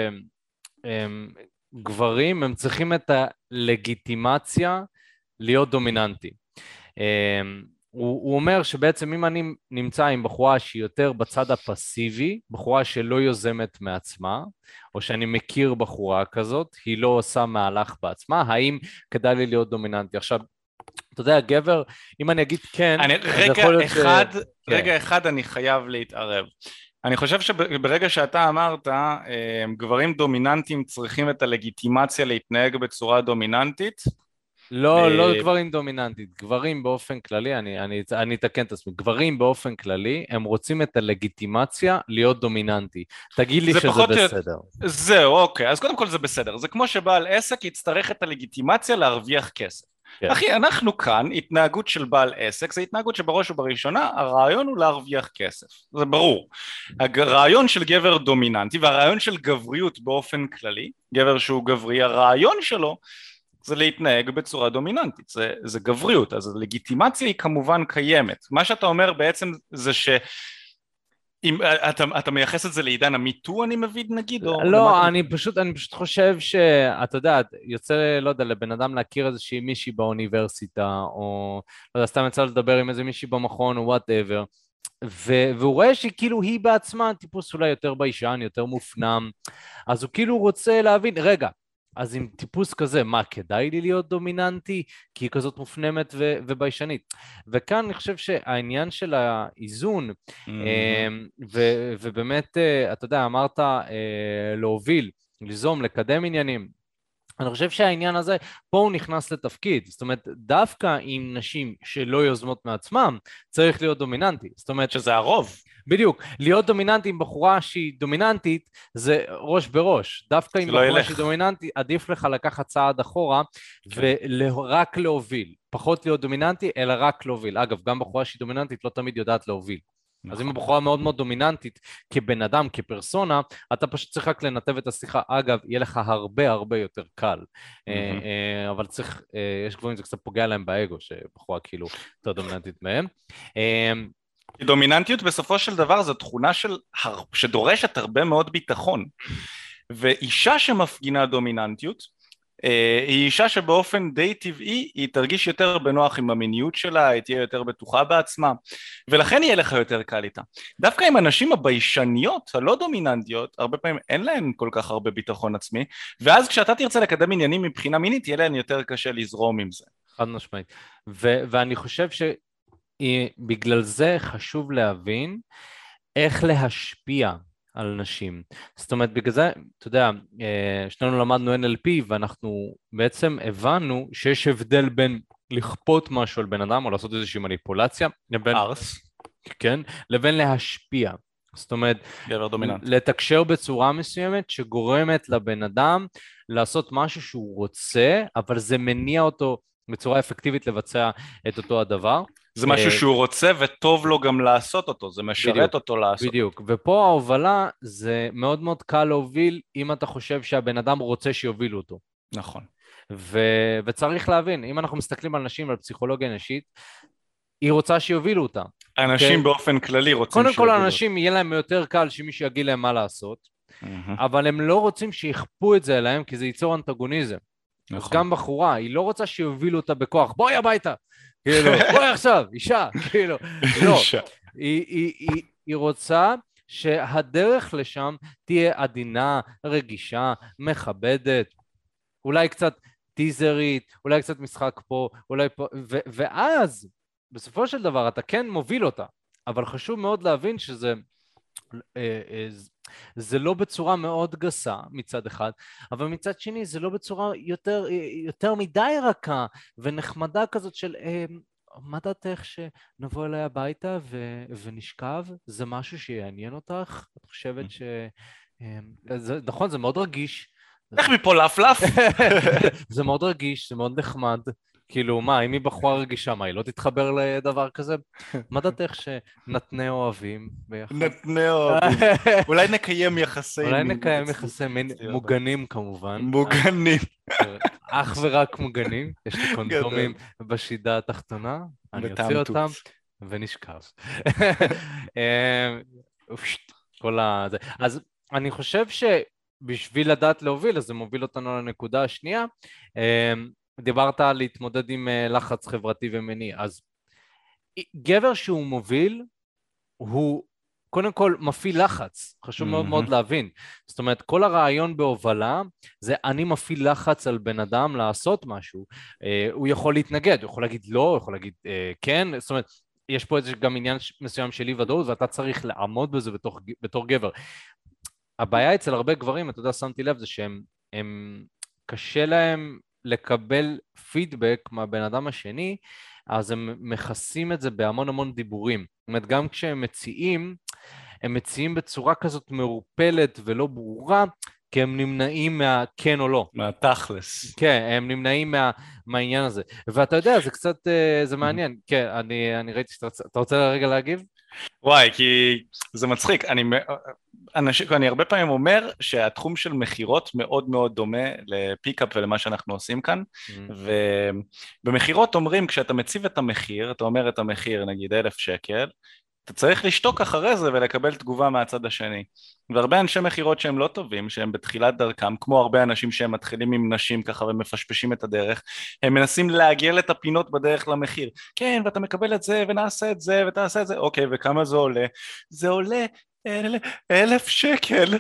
שגברים הם צריכים את הלגיטימציה להיות דומיננטי. הוא אומר שבעצם אם אני נמצא עם בחורה שהיא יותר בצד הפסיבי, בחורה שלא יוזמת מעצמה, או שאני מכיר בחורה כזאת, היא לא עושה מהלך בעצמה, האם כדאי לי להיות דומיננטי? עכשיו, אתה יודע, גבר, אם אני אגיד כן, רגע אחד אני חייב להתערב. אני חושב שברגע שאתה אמרת, גברים דומיננטיים צריכים את הלגיטימציה להתנהג בצורה דומיננטית, לא גברים דומיננטית, גברים באופן כללי, אני אתקן את עצמי, גברים באופן כללי, הם רוצים את הלגיטימציה להיות דומיננטי. תגיד לי שזה בסדר. זהו, אוקיי, אז קודם כל זה בסדר. זה כמו שבעל עסק יצטרך את הלגיטימציה להרוויח כסף. אחי, אנחנו כאן, התנהגות של בעל עסק, זה התנהגות שבראש ובראשונה, הרעיון הוא להרוויח כסף. זה ברור. הרעיון של גבר דומיננטי, והרעיון של גבריות באופן כללי, גבר שהוא גברי, הרעיון שלו, זה להתנהג בצורה דומיננטית, זה גבריות, אז הלגיטימציה היא כמובן קיימת. מה שאתה אומר בעצם זה אתה מייחס את זה לעידן המיטו, אני מבין נגיד? לא, אני פשוט חושב שאתה יודע, יוצא, לא יודע, לבן אדם להכיר איזושהי מישהי באוניברסיטה, או לא יודע, סתם יצא לדבר עם איזה מישהי במכון, או whatever, והוא רואה שכאילו היא בעצמה טיפוס אולי יותר ביישן, יותר מופנם, אז הוא כאילו רוצה להבין, רגע, אז עם טיפוס כזה, מה, כדאי לי להיות דומיננטי? כי היא כזאת מופנמת וביישנית. וכאן אני חושב שהעניין של האיזון, ובאמת, אתה יודע, אמרת להוביל, ליזום, לקדם עניינים, אני חושב שהעניין הזה, פה הוא נכנס לתפקיד, זאת אומרת, דווקא עם נשים שלא יוזמות מעצמם, צריך להיות דומיננטי, זאת אומרת שזה הרוב. בדיוק, להיות דומיננטי עם בחורה שהיא דומיננטית, זה ראש בראש, דווקא עם בחורה שהיא דומיננטית, עדיף לך לקחת צעד אחורה, ורק להוביל, פחות להיות דומיננטי, אלא רק להוביל. אגב, גם בחורה שהיא דומיננטית לא תמיד יודעת להוביל. אז אם הבחורה מאוד מאוד דומיננטית כבן אדם, כפרסונה, אתה פשוט צריך רק לנתב את השיחה. אגב, יהיה לך הרבה יותר קל. אבל צריך, יש גבוהים, זה קצת פוגע להם באגו, שבחורה כאילו יותר דומיננטית מהם. דומיננטיות בסופו של דבר זו תכונה שדורשת הרבה מאוד ביטחון. ואישה שמפגינה דומיננטיות, היא אישה שבאופן די טבעי היא תרגיש יותר בנוח עם המיניות שלה, היא תהיה יותר בטוחה בעצמה, ולכן יהיה לך יותר קל איתה. דווקא עם הנשים הביישניות, הלא דומיננטיות, הרבה פעמים אין להן כל כך הרבה ביטחון עצמי, ואז כשאתה תרצה לקדם עניינים מבחינה מינית, יהיה להן יותר קשה לזרום עם זה. חד משמעית. ואני חושב שבגלל זה חשוב להבין איך להשפיע על נשים. זאת אומרת, בגלל זה, אתה יודע, שנינו למדנו NLP, ואנחנו בעצם הבנו שיש הבדל בין לכפות משהו על בן אדם, או לעשות איזושהי מניפולציה, לבין להשפיע. זאת אומרת, לתקשר בצורה מסוימת, שגורמת לבן אדם לעשות משהו שהוא רוצה, אבל זה מניע אותו בצורה אפקטיבית לבצע את אותו הדבר. זה משהו שהוא רוצה וטוב לו גם לעשות אותו, זה משרת אותו לעשות. בדיוק, ופה ההובלה זה מאוד מאוד קל להוביל אם אתה חושב שהבן אדם רוצה שיובילו אותו. נכון. וצריך להבין, אם אנחנו מסתכלים על נשים ועל פסיכולוגיה נשית, היא רוצה שיובילו אותה. אנשים באופן כללי רוצים שיובילו אותה. קודם כל האנשים יהיה להם יותר קל שמישהו יגיד להם מה לעשות. אבל הם לא רוצים שיכפו את זה אליהם, כי זה ייצור אנטגוניזם. אז גם בחורה, היא לא רוצה שיובילו אותה בכוח, בואי הביתה, כאילו, בואי עכשיו, אישה, כאילו, לא. היא רוצה שהדרך לשם תהיה עדינה, רגישה, מכבדת, אולי קצת טיזרית, אולי קצת משחק פה, אולי פה, ואז, בסופו של דבר, אתה כן מוביל אותה, אבל חשוב מאוד להבין שזה זה לא בצורה מאוד גסה מצד אחד, אבל מצד שני זה לא בצורה יותר מדי רכה ונחמדה כזאת של מה דעתך שנבוא אליי הביתה ונשכב? זה משהו שיעניין אותך? את חושבת נכון, זה מאוד רגיש. איך מפה לפלף? זה מאוד רגיש, זה מאוד נחמד. כאילו, מה, אם היא בחורה רגישה, מה, היא לא תתחבר לדבר כזה? מה דעתך שנתנה אוהבים ביחד? נתנה אוהבים. אולי נקיים יחסי מין. אולי נקיים יחסי מין מוגנים כמובן. מוגנים. אך ורק מוגנים. יש לי קונדומים בשידה התחתונה. אני אוציא אותם ונשכב. אז אני חושב שבשביל לדעת להוביל, אז זה מוביל אותנו לנקודה השנייה, דיברת על להתמודד עם לחץ חברתי ומיני, אז גבר שהוא מוביל, הוא קודם כל מפעיל לחץ, חשוב מאוד מאוד להבין, זאת אומרת כל הרעיון בהובלה זה אני מפעיל לחץ על בן אדם לעשות משהו, הוא יכול להתנגד, הוא יכול להגיד לא, הוא יכול להגיד כן, זאת אומרת יש פה איזה גם עניין מסוים של אי ודאות ואתה צריך לעמוד בזה בתור גבר. הבעיה אצל הרבה גברים, אתה יודע, שמתי לב זה שהם קשה להם לקבל פידבק מהבן אדם השני, אז הם מכסים את זה בהמון המון דיבורים. זאת אומרת, גם כשהם מציעים, הם מציעים בצורה כזאת מעורפלת ולא ברורה, כי הם נמנעים מהכן או לא. מהתכלס. כן, הם נמנעים מהעניין הזה. ואתה יודע, זה קצת, זה מעניין. כן, אני ראיתי אתה רוצה רגע להגיב? וואי, כי זה מצחיק. אני הרבה פעמים אומר שהתחום של מחירות מאוד מאוד דומה לפיקאפ ולמה שאנחנו עושים כאן, ובמחירות אומרים, כשאתה מציב את המחיר, אתה אומר את המחיר, נגיד 1,000 שקל, אתה צריך לשתוק אחרי זה ולקבל תגובה מהצד השני. והרבה אנשי מחירות שהם לא טובים, שהם בתחילת דרכם, כמו הרבה אנשים שהם מתחילים עם נשים ככה ומפשפשים את הדרך, הם מנסים לעגל את הפינות בדרך למחיר. כן, ואתה מקבל את זה ונעשה את זה ותעשה את זה. אוקיי, וכמה זה עולה? זה עולה 1,000 שקל.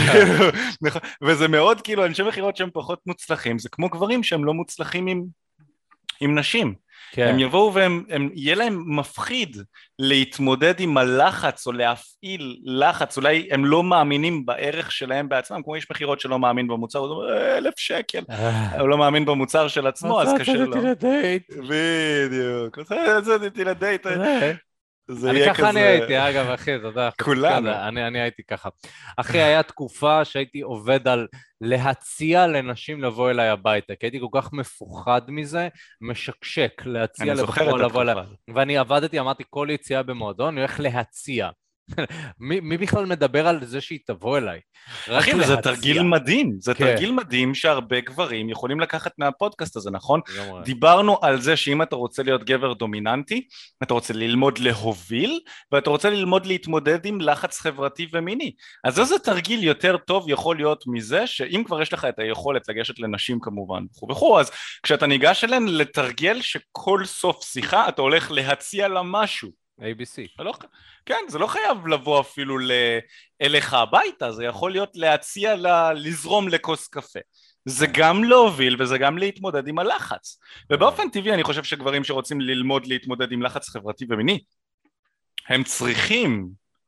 וזה מאוד כאילו אנשי מחירות שהם פחות מוצלחים, זה כמו גברים שהם לא מוצלחים עם נשים. כן. הם יבואו יהיה להם מפחיד להתמודד עם הלחץ או להפעיל לחץ, אולי הם לא מאמינים בערך שלהם בעצמם, כמו יש מחירות שלא מאמין במוצר, הוא אומר 1,000 שקל, הוא לא מאמין במוצר של עצמו, אז קשה לו. מצאת אותי לדייט. בדיוק, מצאת אותי לדייט. אני ככה אני הייתי, אגב, אחי, אתה יודע. כולנו. אני הייתי ככה. אחי, היה תקופה שהייתי עובד על להציע לנשים לבוא אליי הביתה, כי הייתי כל כך מפוחד מזה, משקשק, להציע לבוא אליי. ואני עבדתי, אמרתי, כל יציאה במועדון, אני הולך להציע. מי בכלל מדבר על זה שהיא תבוא אליי? אחי, זה תרגיל מדהים, זה תרגיל מדהים שהרבה גברים יכולים לקחת מהפודקאסט הזה, נכון? דיברנו על זה שאם אתה רוצה להיות גבר דומיננטי, אתה רוצה ללמוד להוביל, ואתה רוצה ללמוד להתמודד עם לחץ חברתי ומיני. אז איזה תרגיל יותר טוב יכול להיות מזה, שאם כבר יש לך את היכולת לגשת לנשים כמובן, וכו', אז כשאתה ניגש אליהן לתרגל שכל סוף שיחה אתה הולך להציע לה משהו. ABC. כן, זה לא חייב לבוא אפילו אליך הביתה, זה יכול להיות להציע לזרום לכוס קפה. זה גם להוביל וזה גם להתמודד עם הלחץ. ובאופן טבעי אני חושב שגברים שרוצים ללמוד להתמודד עם לחץ חברתי ומיני, הם צריכים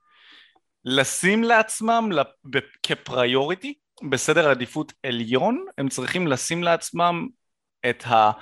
לשים לעצמם כפריוריטי, בסדר עדיפות עליון, הם צריכים לשים לעצמם את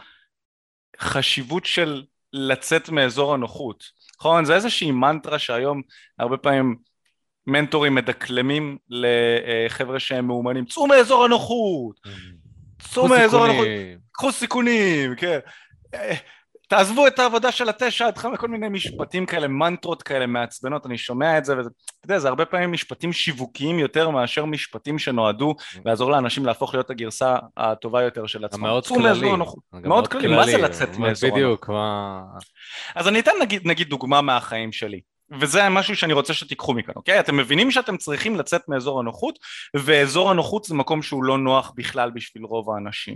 החשיבות של לצאת מאזור הנוחות. נכון, זה איזושהי מנטרה שהיום הרבה פעמים מנטורים מדקלמים לחבר'ה שהם מאומנים, צאו מאזור הנוחות, צאו מאזור הנוחות, קחו סיכונים, כן. תעזבו את העבודה של 9 עד 5, כל מיני משפטים כאלה, מנטרות כאלה מעצבנות, אני שומע את זה, ואתה יודע, זה הרבה פעמים משפטים שיווקיים יותר מאשר משפטים שנועדו לעזור לאנשים להפוך להיות הגרסה הטובה יותר של עצמם. מאוד כללי. מאוד כללי, מה זה לצאת מאזור הנוחות? בדיוק, אז אני אתן נגיד דוגמה מהחיים שלי. וזה משהו שאני רוצה שתיקחו מכאן, אוקיי? אתם מבינים שאתם צריכים לצאת מאזור הנוחות, ואזור הנוחות זה מקום שהוא לא נוח בכלל בשביל רוב האנשים.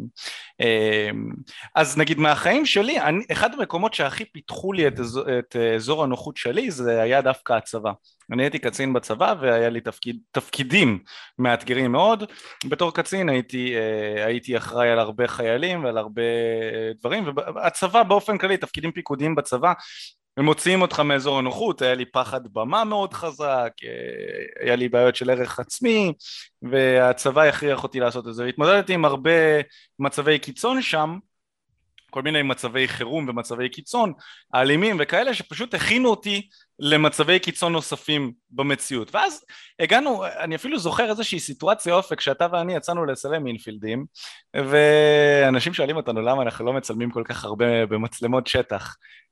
אז נגיד מהחיים שלי, אחד המקומות שהכי פיתחו לי את אזור הנוחות שלי, זה היה דווקא הצבא. אני הייתי קצין בצבא והיה לי תפקידים מאתגרים מאוד. בתור קצין הייתי אחראי על הרבה חיילים ועל הרבה דברים, והצבא באופן כללי, תפקידים פיקודיים בצבא, הם מוציאים אותך מאזור הנוחות. היה לי פחד במה מאוד חזק, היה לי בעיות של ערך עצמי, והצבא הכריח אותי לעשות את זה. התמודדתי עם הרבה מצבי קיצון שם, כל מיני מצבי חירום ומצבי קיצון, האלימים וכאלה, שפשוט הכינו אותי למצבי קיצון נוספים במציאות. ואז הגענו, אני אפילו זוכר איזושהי סיטואציה אופק, שאתה ואני יצאנו לצלם אינפילדים, ואנשים שואלים אותנו למה אנחנו לא מצלמים כל כך הרבה במצלמות שטח,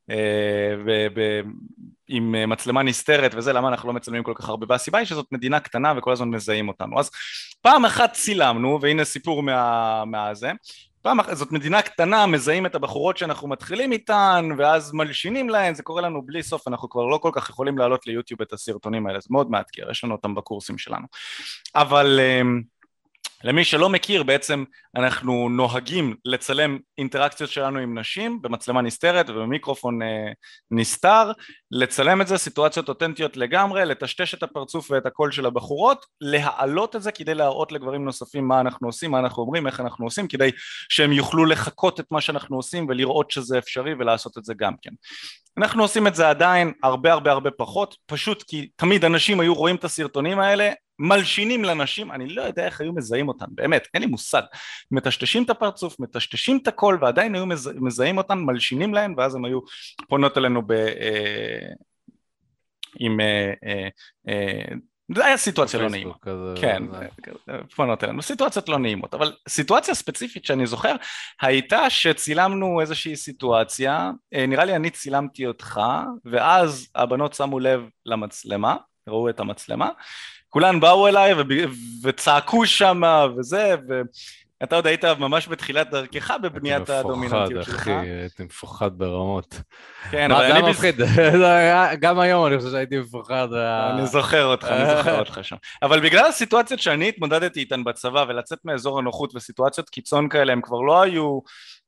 עם מצלמה נסתרת וזה, למה אנחנו לא מצלמים כל כך הרבה, והסיבה היא שזאת מדינה קטנה וכל הזמן מזהים אותנו. אז פעם אחת צילמנו, והנה סיפור מהזה, זאת מדינה קטנה, מזהים את הבחורות שאנחנו מתחילים איתן, ואז מלשינים להן, זה קורה לנו בלי סוף, אנחנו כבר לא כל כך יכולים לעלות ליוטיוב את הסרטונים האלה, זה מאוד מאתגר, יש לנו אותם בקורסים שלנו. אבל למי שלא מכיר, בעצם אנחנו נוהגים לצלם אינטראקציות שלנו עם נשים במצלמה נסתרת ובמיקרופון נסתר, לצלם את זה, סיטואציות אותנטיות לגמרי, לטשטש את הפרצוף ואת הקול של הבחורות, להעלות את זה כדי להראות לגברים נוספים מה אנחנו עושים, מה אנחנו אומרים, איך אנחנו עושים, כדי שהם יוכלו לחכות את מה שאנחנו עושים ולראות שזה אפשרי ולעשות את זה גם כן. אנחנו עושים את זה עדיין הרבה פחות, פשוט כי תמיד אנשים היו רואים את הסרטונים האלה, מלשינים לנשים, אני לא יודע איך היו מזהים אותן, באמת, אין לי מושג, מטשטשים את הפרצוף, מטשטשים את הכל, ועדיין היו מזהים אותן, מלשינים להן, ואז הם היו פונות אלינו זה היה סיטואציה לא נעימה, כן, פונות אלינו, סיטואציות לא נעימות, אבל סיטואציה ספציפית שאני זוכר, הייתה שצילמנו איזושהי סיטואציה, נראה לי אני צילמתי אותך, ואז הבנות שמו לב למצלמה, ראו את המצלמה, כולן באו אליי וצעקו שם וזה, ואתה עוד היית ממש בתחילת דרכך בבניית הדומיננטיות שלך. אחי, הייתי מפוחד ברמות. כן, אבל אני מפחיד, גם היום אני חושב שהייתי מפוחד. אני זוכר אותך שם. אבל בגלל הסיטואציות שאני התמודדתי איתן בצבא, ולצאת מאזור הנוחות וסיטואציות קיצון כאלה, הם כבר לא היו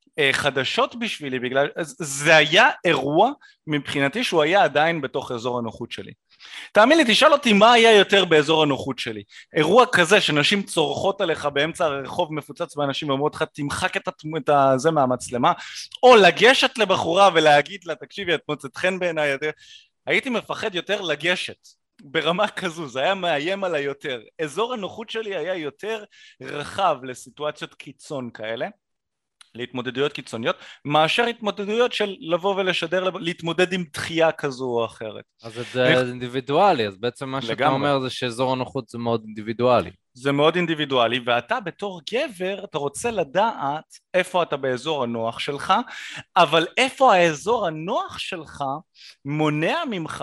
חדשות בשבילי, זה היה אירוע מבחינתי שהוא היה עדיין בתוך אזור הנוחות שלי. תאמין לי, תשאל אותי מה היה יותר באזור הנוחות שלי, אירוע כזה שנשים צורכות עליך באמצע הרחוב מפוצץ באנשים ואומרות לך תמחק את זה מהמצלמה, או לגשת לבחורה ולהגיד לה תקשיבי את מוצאת חן בעיניי, הייתי מפחד יותר לגשת ברמה כזו, זה היה מאיים עליי יותר. אזור הנוחות שלי היה יותר רחב לסיטואציות קיצון כאלה, להתמודדויות קיצוניות, מאשר התמודדויות של לבוא ולשדר, להתמודד עם דחייה כזו או אחרת. אז זה אינדיבידואלי, אז בעצם מה שאתה אומר זה שאזור הנוחות זה מאוד אינדיבידואלי. זה מאוד אינדיבידואלי, ואתה בתור גבר, אתה רוצה לדעת איפה אתה באזור הנוח שלך, אבל איפה האזור הנוח שלך מונע ממך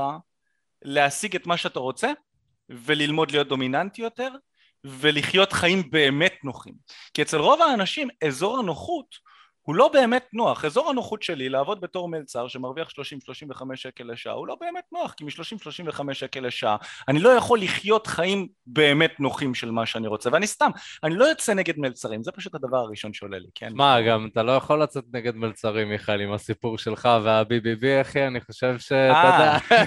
להשיג את מה שאתה רוצה, וללמוד להיות דומיננטי יותר, ולחיות חיים באמת נוחים. כי אצל רוב האנשים אזור הנוחות הוא לא באמת נוח. אזור הנוחות שלי לעבוד בתור מלצר שמרוויח 30-35 שקל לשעה הוא לא באמת נוח, כי מ-30-35 שקל לשעה אני לא יכול לחיות חיים באמת נוחים של מה שאני רוצה, ואני סתם, אני לא יוצא נגד מלצרים, זה פשוט הדבר הראשון שעולה לי, כן? מה, גם אתה לא יכול לצאת נגד מלצרים, מיכאל, עם הסיפור שלך וה-BBB, אחי, אני חושב שאתה יודע.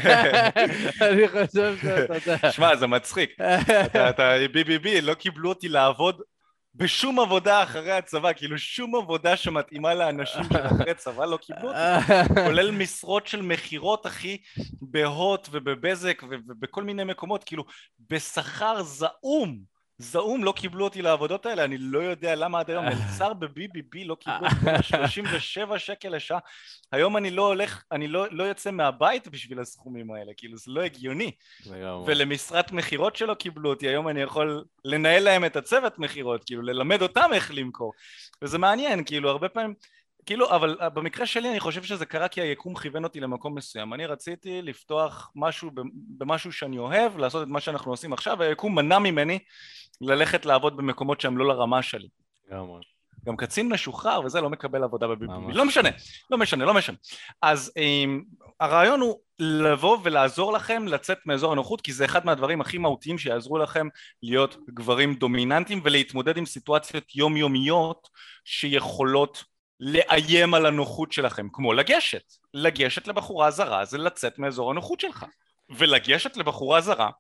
אני חושב שאתה יודע. שמע, זה מצחיק. אתה BBB, לא קיבלו אותי לעבוד בשום עבודה אחרי הצבא, כאילו שום עבודה שמתאימה לאנשים של אחרי צבא לא קיבלו אותי, כולל משרות של מחירות אחי בהוט ובבזק ובכל מיני מקומות, כאילו בשכר זעום לא קיבלו אותי לעבודות האלה, אני לא יודע למה עד היום, מלצר ב-BBB לא קיבלו אותי 37 שקל לשעה, היום אני לא יוצא מהבית בשביל הסכומים האלה, כאילו זה לא הגיוני, ולמשרת מחירות שלא קיבלו אותי, היום אני יכול לנהל להם את הצוות מחירות, כאילו ללמד אותם איך למכור, וזה מעניין, כאילו הרבה פעמים, כאילו, אבל במקרה שלי אני חושב שזה קרה כי היקום כיוון אותי למקום מסוים, אני רציתי לפתוח משהו במשהו שאני אוהב, לעשות את מה שאנחנו עושים עכשיו, והיקום מנע ממני ללכת לעבוד במקומות שהם לא לרמה שלי. גם קצין משוחרר וזה לא מקבל עבודה בביבי, לא משנה. אז הרעיון הוא, לבוא ולעזור לכם לצאת מאזור הנוחות, כי זה אחד מהדברים הכי מהותיים שיעזרו לכם להיות גברים דומיננטיים ולהתמודד עם סיטואציות יומיומיות שיכולות לאיים על הנוחות שלכם, כמו לגשת לבחורה זרה זה לצאת מאזור הנוחות שלך, ולגשת לבחורה זרה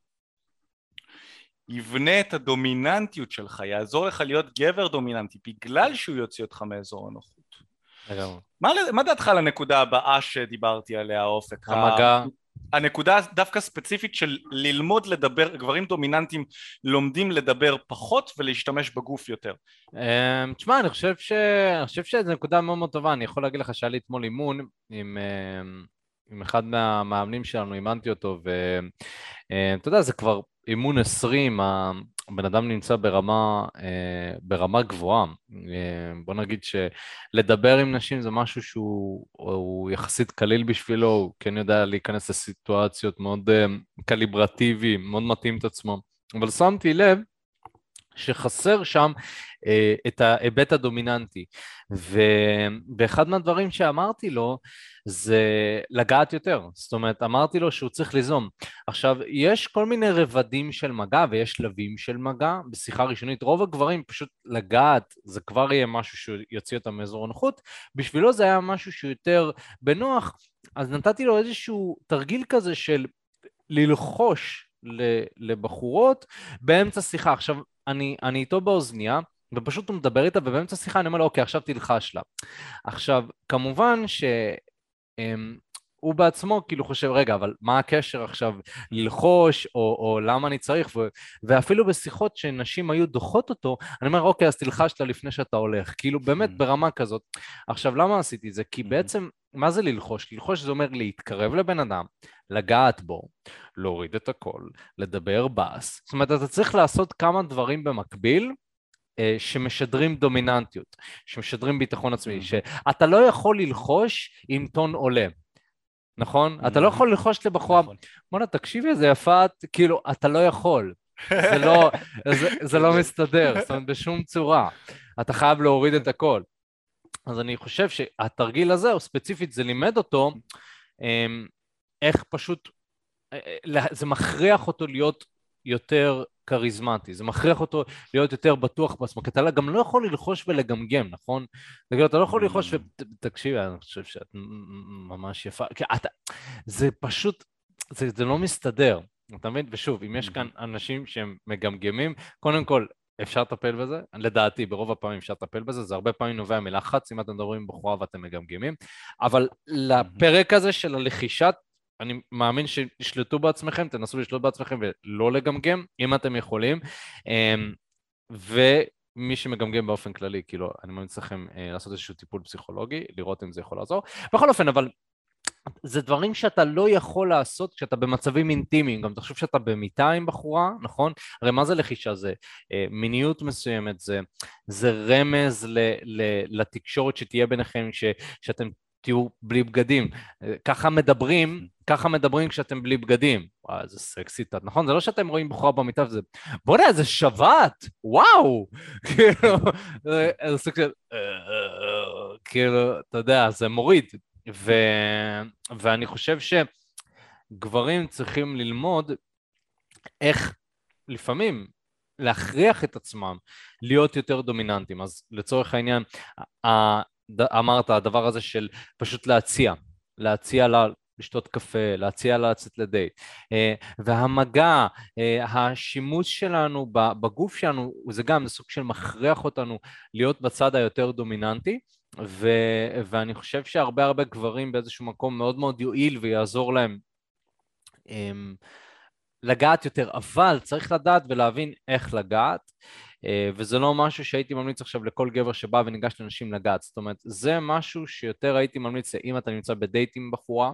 יבנה את הדומיננטיות שלך, יעזור לך להיות גבר דומיננטי בגלל שהוא יוציא אותך מאזור הנוחות. מה דעתך על הנקודה הבאה שדיברתי עליה, אופק? המגע. הנקודה דווקא ספציפית של ללמוד לדבר, גברים דומיננטיים לומדים לדבר פחות ולהשתמש בגוף יותר. תשמע, אני חושב שזו נקודה מאוד מאוד טובה. אני יכול להגיד לך שהיה לי אתמול אימון עם אחד מהמאמנים שלנו, אימנתי אותו, ואתה יודע, זה כבר אימון 20, הבן אדם נמצא ברמה גבוהה. בוא נגיד שלדבר עם נשים זה משהו שהוא יחסית קליל בשבילו, הוא כן יודע להיכנס לסיטואציות מאוד קליברטיבי, מאוד מתאים את עצמו. אבל שמתי לב שחסר שם את ההיבט הדומיננטי, ובאחד מהדברים שאמרתי לו זה לגעת יותר, זאת אומרת אמרתי לו שהוא צריך ליזום. עכשיו יש כל מיני רבדים של מגע ויש שלבים של מגע, בשיחה ראשונית רוב הגברים פשוט לגעת זה כבר יהיה משהו שיוציא אותם מאזור הנוחות, בשבילו זה היה משהו שהוא יותר בנוח, אז נתתי לו איזשהו תרגיל כזה של ללחוש לבחורות באמצע שיחה. עכשיו אני איתו באוזניה, ופשוט הוא מדבר איתה, ובאמצע שיחה אני אומר לו, אוקיי, עכשיו תלחש לה. עכשיו, כמובן שהוא בעצמו כאילו חושב, רגע, אבל מה הקשר עכשיו ללחוש, או למה אני צריך, ואפילו בשיחות שנשים היו דוחות אותו, אני אומר, אוקיי, אז תלחש לה לפני שאתה הולך, כאילו באמת ברמה כזאת. עכשיו, למה עשיתי זה? כי בעצם, מה זה ללחוש? ללחוש זה אומר להתקרב לבן אדם, לגעת בו, להוריד את הכל, לדבר בס. זאת אומרת, אתה צריך לעשות כמה דברים במקביל, שמשדרים דומיננטיות, שמשדרים ביטחון עצמי, שאתה לא יכול ללחוש עם טון עולה, נכון? אתה לא יכול ללחוש לבחורה, בוא'נה, תקשיבי, זה יפה, כאילו, אתה לא יכול, זה לא מסתדר, זאת אומרת, בשום צורה, אתה חייב להוריד את הכל. אז אני חושב שהתרגיל הזה, או ספציפית, זה לימד אותו, איך פשוט, זה מכריח אותו להיות יותר קריזמטי, זה מכריח אותו להיות יותר בטוח בעצמו, כי אתה גם לא יכול ללחוש ולגמגם, נכון? אתה לא יכול ללחוש ותקשיב, אני חושב שאת ממש יפה, זה פשוט, זה לא מסתדר, אתה מבין? ושוב, אם יש כאן אנשים שהם מגמגמים, קודם כל, אפשר לטפל בזה, לדעתי ברוב הפעמים אפשר לטפל בזה, זה הרבה פעמים נובע מלחץ, אם אתם מדברים בחורה ואתם מגמגמים, אבל לפרק הזה של הלחישת, אני מאמין שתשלטו בעצמכם, תנסו לשלוט בעצמכם ולא לגמגם, אם אתם יכולים, ומי שמגמגם באופן כללי, כאילו, אני ממליץ לכם לעשות איזשהו טיפול פסיכולוגי, לראות אם זה יכול לעזור. בכל אופן, אבל זה דברים שאתה לא יכול לעשות כשאתה במצבים אינטימיים, גם תחשוב שאתה במיטה עם בחורה, נכון? הרי מה זה לחישה? זה מיניות מסוימת, זה רמז לתקשורת שתהיה ביניכם, שאתם תהיו בלי בגדים, ככה מדברים כשאתם בלי בגדים, וואו, זה סקסי, נכון? זה לא שאתם רואים בחורה במיטה וזה, בוא'נה, זה שבת, וואו, כאילו, סקסי, כאילו, אתה יודע, זה מוריד, ואני חושב שגברים צריכים ללמוד איך לפעמים להכריח את עצמם להיות יותר דומיננטים, אז לצורך העניין, אמרת, הדבר הזה של פשוט להציע לה לשתות קפה, להציע לה לצאת לדייט, והמגע, השימוש שלנו בגוף שלנו, זה גם סוג של מכריח אותנו להיות בצד היותר דומיננטי, ואני חושב שהרבה גברים באיזשהו מקום מאוד מאוד יועיל ויעזור להם לגעת יותר, אבל צריך לדעת ולהבין איך לגעת, וזה לא משהו שהייתי ממליץ עכשיו לכל גבר שבא וניגש לנשים לגעת, זאת אומרת, זה משהו שיותר הייתי ממליץ אם אתה נמצא בדייט עם בחורה,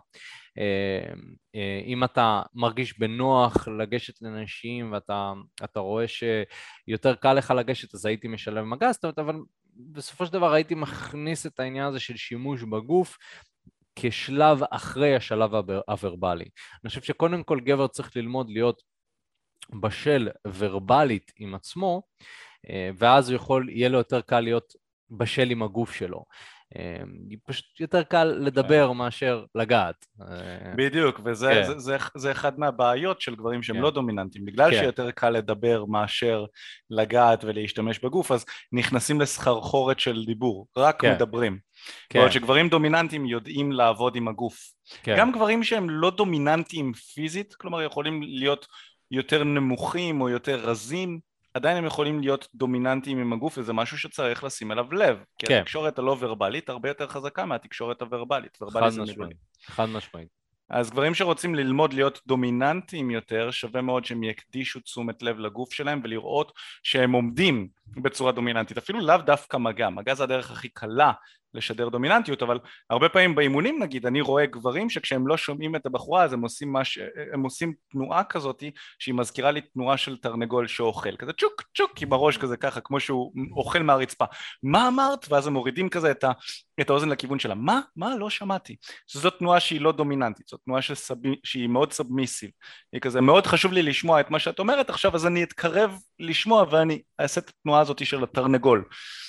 אם אתה מרגיש בנוח לגשת לנשים ואתה רואה שיותר קל לך לגשת, אז הייתי משלב מגע, זאת אומרת, אבל בסופו של דבר הייתי מכניס את העניין הזה של שימוש בגוף כשלב אחרי השלב הוורבלי. אני חושב שקודם כל גבר צריך ללמוד להיות בשל ורבלית עם עצמו, ואז יהיה לו יותר קל להיות בשל עם הגוף שלו. פשוט יותר קל לדבר מאשר לגעת. בדיוק, וזה אחד מהבעיות של גברים שהם לא דומיננטיים, בגלל שיותר קל לדבר מאשר לגעת ולהשתמש בגוף, אז נכנסים לסחרחורת של דיבור, רק מדברים. בעוד שגברים דומיננטיים יודעים לעבוד עם הגוף. גם גברים שהם לא דומיננטיים פיזית, כלומר יכולים להיות יותר נמוכים או יותר רזים, עדיין הם יכולים להיות דומיננטיים עם הגוף, וזה משהו שצריך לשים אליו לב, כי התקשורת הלא ורבלית הרבה יותר חזקה מהתקשורת הוורבלית. חד משמעית. אז גברים שרוצים ללמוד להיות דומיננטיים יותר, שווה מאוד שהם יקדישו תשומת לב לגוף שלהם ולראות שהם עומדים בצורה דומיננטית, אפילו לאו דווקא מגע. מגע זה הדרך הכי קלה לשדר דומיננטיות, אבל הרבה פעמים באימונים נגיד, אני רואה גברים שכשהם לא שומעים את הבחורה, אז הם עושים תנועה כזאת שהיא מזכירה לי תנועה של תרנגול שאוכל, כזה צ'וק צ'וק עם הראש כזה ככה, כמו שהוא אוכל מהרצפה. מה אמרת? ואז הם מורידים כזה את האוזן לכיוון שלה. מה? לא שמעתי. שזאת תנועה שהיא לא דומיננטית, זאת תנועה שהיא מאוד סאבמיסיב. היא כזה, מאוד חשוב לי לשמוע את מה שאת אומרת עכשיו, אז אני אתקרב לשמוע ואני אעשה את התנועה הזאת של התרנגול.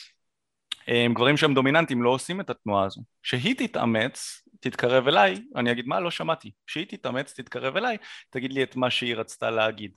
גברים שהם דומיננטיים לא עושים את התנועה הזו. שהיא תתאמץ, תתקרב אליי, אני אגיד מה? לא שמעתי. שהיא תתאמץ, תתקרב אליי, תגיד לי את מה שהיא רצתה להגיד.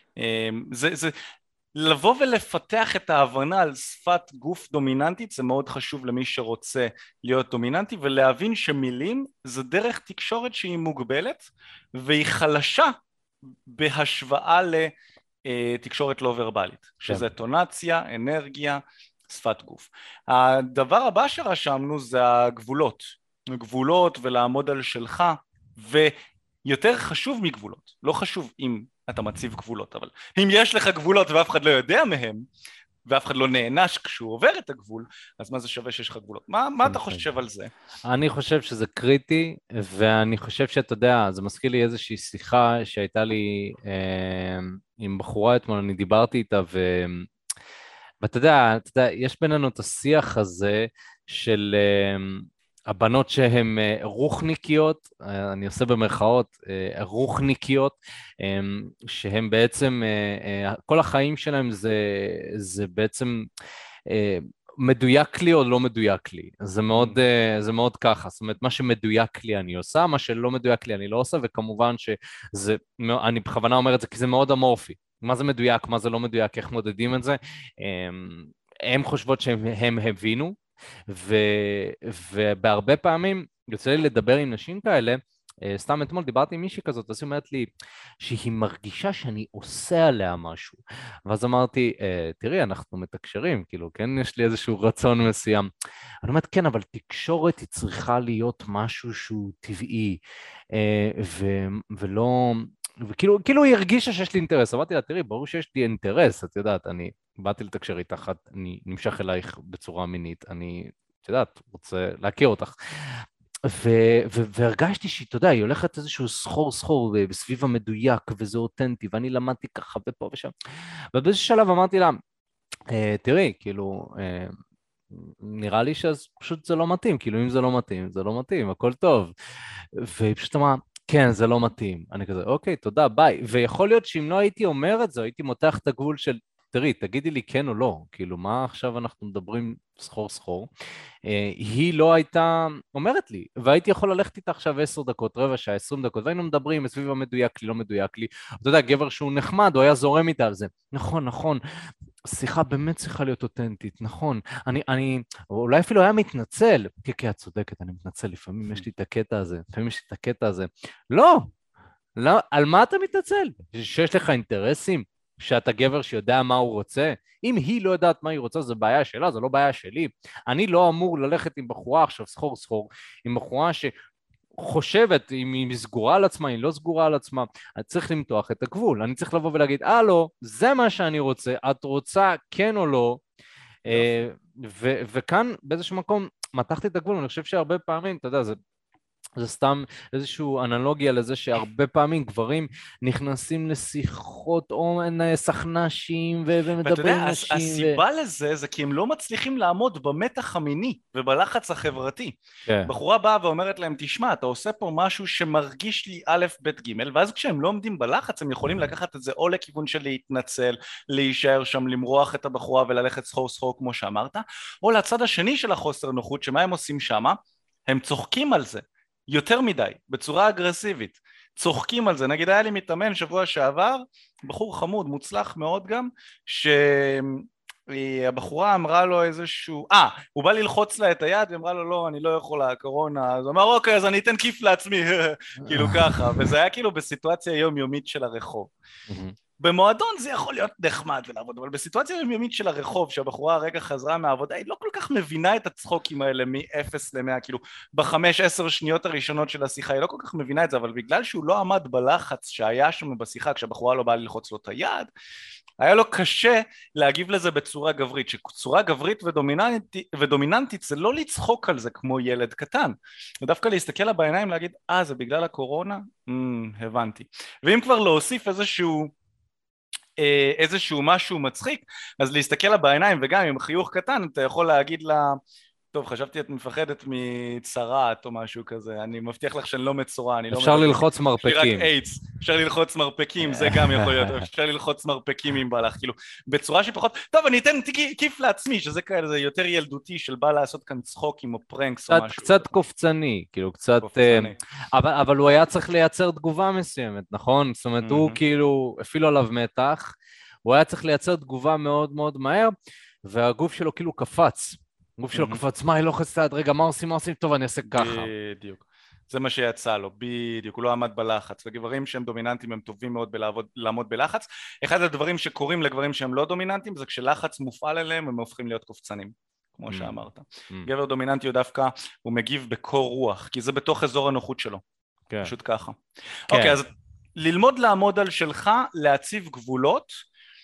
זה לבוא ולפתח את ההבנה על שפת גוף דומיננטית, זה מאוד חשוב למי שרוצה להיות דומיננטי, ולהבין שמילים זה דרך תקשורת שהיא מוגבלת, והיא חלשה בהשוואה לתקשורת לא ורבלית, שזה טונציה, אנרגיה, שפת גוף. הדבר הבא שרשמנו זה הגבולות ולעמוד על שלך, ויותר חשוב מגבולות, לא חשוב אם אתה מציב גבולות, אבל אם יש לך גבולות ואף אחד לא יודע מהם, ואף אחד לא נענש כשהוא עובר את הגבול, אז מה זה שווה שיש לך גבולות? מה אתה חושב על זה? אני חושב שזה קריטי, ואני חושב שאתה יודע, זה מזכיר לי איזושהי שיחה שהייתה לי עם בחורה אתמול, אני דיברתי איתה, ואתה יודע, יש בינינו את השיח הזה של הבנות שהן רוחניקיות, אני עושה במרכאות, רוחניקיות, שהן בעצם, כל החיים שלהם זה בעצם מדויק לי או לא מדויק לי, זה מאוד ככה, זאת אומרת, מה שמדויק לי אני עושה, מה שלא מדויק לי אני לא עושה, וכמובן שזה, אני בכוונה אומר את זה, כי זה מאוד אמורפי, מה זה מדויק, מה זה לא מדויק, איך מודדים את זה, הם חושבות שהם הבינו, ובהרבה פעמים יוצא לי לדבר עם נשים כאלה, סתם אתמול דיברתי עם מישהי כזאת, אז היא אומרת לי שהיא מרגישה שאני עושה עליה משהו, ואז אמרתי, תראי, אנחנו מתקשרים, כאילו, כן, יש לי איזשהו רצון מסוים, אני אומרת, כן, אבל תקשורת היא צריכה להיות משהו שהוא טבעי, ולא, וכאילו היא הרגישה שיש לי אינטרס, אמרתי לה, תראי, ברור שיש לי אינטרס, את יודעת, אני באתי לתקשר איתך, אני נמשך אלייך בצורה מינית, אני, את יודעת, רוצה להכיר אותך, והרגשתי שהיא, אתה יודע, היא הולכת איזשהו סחור בסביב המדויק, וזה אותנטי, ואני למדתי ככה ופה ושם, ובאיזשהו שלב אמרתי לה, תראי, כאילו, נראה לי שפשוט זה לא מתאים, כאילו אם זה לא מתאים, זה לא מתאים, הכל טוב, והיא פשוט אמרה, כן, זה לא מתאים, אני כזה, אוקיי, תודה, ביי, ויכול להיות שאם לא הייתי אומר את זה, הייתי מותח את הגבול של, תראי, תגידי לי כן או לא, כאילו מה עכשיו אנחנו מדברים סחור, היא לא הייתה אומרת לי, והייתי יכול ללכת איתה עכשיו 10 דקות, רבע שעה, 20 דקות, והיינו מדברים סביב המדויק לי, לא מדויק לי, אתה יודע, גבר שהוא נחמד, הוא היה זורם איתה על זה, נכון, שיחה באמת צריכה להיות אותנטית, נכון, אני אולי אפילו היה מתנצל, כי את צודקת, אני מתנצל, לפעמים יש לי את הקטע הזה, לא, על מה אתה מתנצל? שיש לך אינטרסים? שאתה גבר שיודע מה הוא רוצה, אם היא לא יודעת מה היא רוצה, זו בעיה שלה, זו לא בעיה שלי. אני לא אמור ללכת עם בחורה עכשיו סחור, עם בחורה שחושבת אם היא סגורה על עצמה, היא לא סגורה על עצמה, אני צריך למתוח את הגבול, אני צריך לבוא ולהגיד, לא, זה מה שאני רוצה, את רוצה כן או לא, וכאן באיזשהו מקום מתחתי את הגבול, אני חושב שהרבה פעמים, אתה יודע, זה סתם איזושהי אנלוגיה לזה שהרבה פעמים גברים נכנסים לשיחות או סכנשים ואתה ומדברים יודע, עם נשים. הסיבה לזה זה כי הם לא מצליחים לעמוד במתח המיני ובלחץ החברתי. כן. בחורה באה ואומרת להם, תשמע, אתה עושה פה משהו שמרגיש לי א', ב', ג', ואז כשהם לא עומדים בלחץ, הם יכולים לקחת את זה או לכיוון של להתנצל, להישאר שם, למרוח את הבחורה וללכת סחור סחור כמו שאמרת, או לצד השני של החוסר נוחות, שמה הם עושים שמה? הם צוחקים על זה. יותר מדי, בצורה אגרסיבית, צוחקים על זה. נגיד היה לי מתאמן שבוע שעבר, בחור חמוד, מוצלח מאוד גם, שהבחורה אמרה לו איזשהו, הוא בא ללחוץ לה את היד, ואמרה לו לא, אני לא יכולה, הקורונה, אז הוא אמר אוקיי, אז אני אתן כיף לעצמי, כאילו ככה, וזה היה כאילו בסיטואציה יומיומית של הרחוב. במועדון זה יכול להיות נחמד ולעבוד, אבל בסיטואציה יומיומית של הרחוב, שהבחורה הרגע חזרה מהעבודה, היא לא כל כך מבינה את הצחוקים האלה מ-0 ל-100, כאילו ב5-10 שניות הראשונות של השיחה, היא לא כל כך מבינה את זה, אבל בגלל שהוא לא עמד בלחץ שהיה שם בשיחה, כשהבחורה לא באה ללחוץ לו את היד, היה לו קשה להגיב לזה בצורה גברית, שצורה גברית ודומיננטית זה לא לצחוק על זה כמו ילד קטן, ודווקא להסתכל לה בעיניים להגיד, זה בגלל הקורונה? הבנתי. ואם כבר להוסיף איזשהו משהו מצחיק, אז להסתכל לה בעיניים, וגם עם חיוך קטן אתה יכול להגיד לה, טוב, חשבתי את מפחדת מצרעת או משהו כזה, אני מבטיח לך שאני לא מצורע, אני לא... אפשר ללחוץ מרפקים. רק איידס, אפשר ללחוץ מרפקים, זה גם יכול להיות, אפשר ללחוץ מרפקים אם בא לך, כאילו, בצורה שפחות, טוב, אני אתן כיף לעצמי, שזה כאלה, זה יותר ילדותי של בא לעשות כאן צחוקים או פרנקס או משהו. קצת קופצני, כאילו, קצת... אבל הוא היה צריך לייצר תגובה מסוימת, נכון? זאת אומרת, הוא כאילו, אפילו עליו מתח, הוא היה צריך לייצר תגובה מאוד מאוד מהר, והגוף שלו כאילו קפץ. הגוף שלו קפץ, מה, היא לא חצתה עד רגע, מה עושים, טוב, אני אעשה ככה. בדיוק. זה מה שיצא לו, בדיוק, הוא לא עמד בלחץ, וגברים שהם דומיננטים הם טובים מאוד לעמוד בלחץ. אחד הדברים שקורים לגברים שהם לא דומיננטים, זה כשלחץ מופעל אליהם, הם הופכים להיות קופצנים, כמו שאמרת. גבר דומיננטי הוא דווקא, הוא מגיב בקור רוח, כי זה בתוך אזור הנוחות שלו. פשוט ככה. אוקיי, אז ללמוד לעמוד על שלך, להציב גבולות,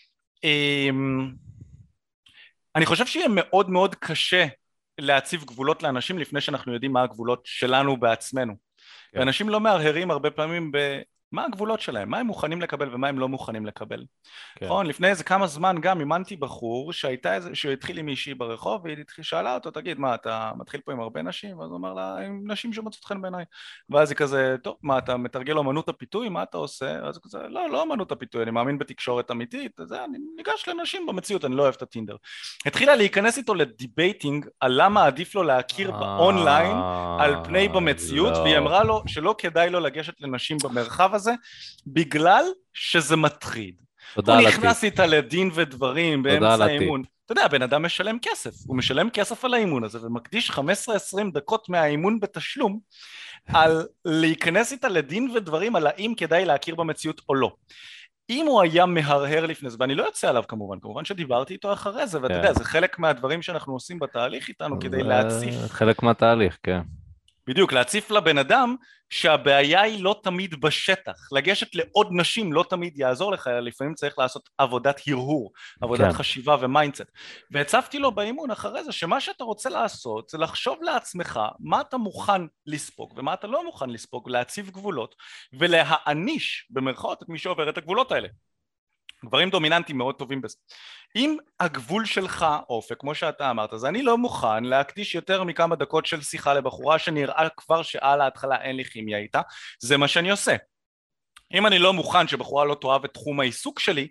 אני חושב שיהיה מאוד מאוד קשה להציב גבולות לאנשים לפני שאנחנו יודעים מה הגבולות שלנו בעצמנו. ואנשים לא מהרהרים הרבה פעמים מה הגבולות שלהם, מה הם מוכנים לקבל ומה הם לא מוכנים לקבל. נכון, לפני איזה כמה זמן גם אימנתי בחור שהוא התחיל עם מישהי ברחוב, והיא שאלה אותו, תגיד, מה, אתה מתחיל פה עם הרבה נשים? ואז הוא אמר לה, עם נשים שמוצאות חן בעיניי. ואז היא כזה, טוב, מה, אתה מתרגל אומנות הפיתוי, מה אתה עושה? אז הוא כזה, לא אומנות הפיתוי, אני מאמין בתקשורת אמיתית, אז אני ניגש לנשים במציאות, אני לא אוהב את הטינדר. התחילה להיכנס איתו לדיבייטינג על למה עדיף לו להכיר באונליין על פני במציאות, והיא אמרה לו שלא כדאי לו לגשת לנשים במרחב הזה, בגלל שזה מטריד. הוא נכנס איתה לדין ודברים באמצע האימון. אתה יודע, הבן אדם משלם כסף, הוא משלם כסף על האימון הזה, ומקדיש 15-20 דקות מהאימון בתשלום, על להיכנס איתה לדין ודברים על האם כדאי להכיר במציאות או לא. אם הוא היה מהרהר לפני זה, ואני לא יוצא עליו כמובן שדיברתי איתו אחרי זה, ואתה יודע, זה חלק מהדברים שאנחנו עושים בתהליך איתנו, כדי להציף. חלק מהתהליך, כן. בדיוק, להציף לבן אדם שהבעיה היא לא תמיד בשטח, לגשת לעוד נשים לא תמיד יעזור לך, לפעמים צריך לעשות עבודת הרהור, עבודת חשיבה ומיינדסט, והצפתי לו באימון אחרי זה שמה שאתה רוצה לעשות זה לחשוב לעצמך מה אתה מוכן לספוג ומה אתה לא מוכן לספוג, להציב גבולות ולהעניש במרכאות את מי שעובר את הגבולות האלה. גברים דומיננטיים מאוד טובים בזה. אם הגבול שלך אופק, כמו שאתה אמרת, אז אני לא מוכן להקדיש יותר מכמה דקות של שיחה לבחורה שנראה כבר שעל ההתחלה אין לי כימיה איתה, זה מה שאני עושה. אם אני לא מוכן שבחורה לא תאהב את תחום העיסוק שלי,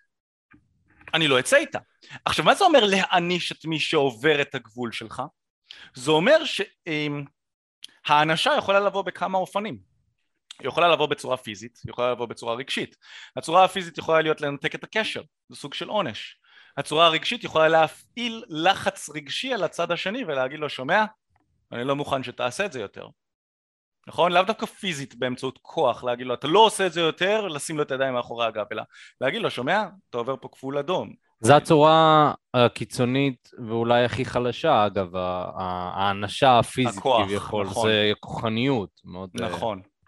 אני לא אצא איתה. עכשיו, מה זה אומר להעניש את מי שעובר את הגבול שלך? זה אומר שהאנשה יכולה לבוא בכמה אופנים. היא יכולה לבוא בצורה פיזית, היא יכולה לבוא בצורה רגשית. הצורה הפיזית יכולה להיות לנתק את הקשר, זה סוג של עונש. הצורה הרגשית יכולה להפעיל לחץ רגשי על הצד השני ולהגיד לו, שומע, אני לא מוכן שתעשה את זה יותר. נכון? לאו דווקא פיזית באמצעות כוח, להגיד לו, אתה לא עושה את זה יותר, לשים לו את הידיים מאחורי הגב, אלא להגיד לו, שומע, אתה עובר פה גבול אדום. זו הצורה הקיצונית ואולי הכי חלשה, אגב, האנשה הפיזית כביכול, זה כוחניות. נכון.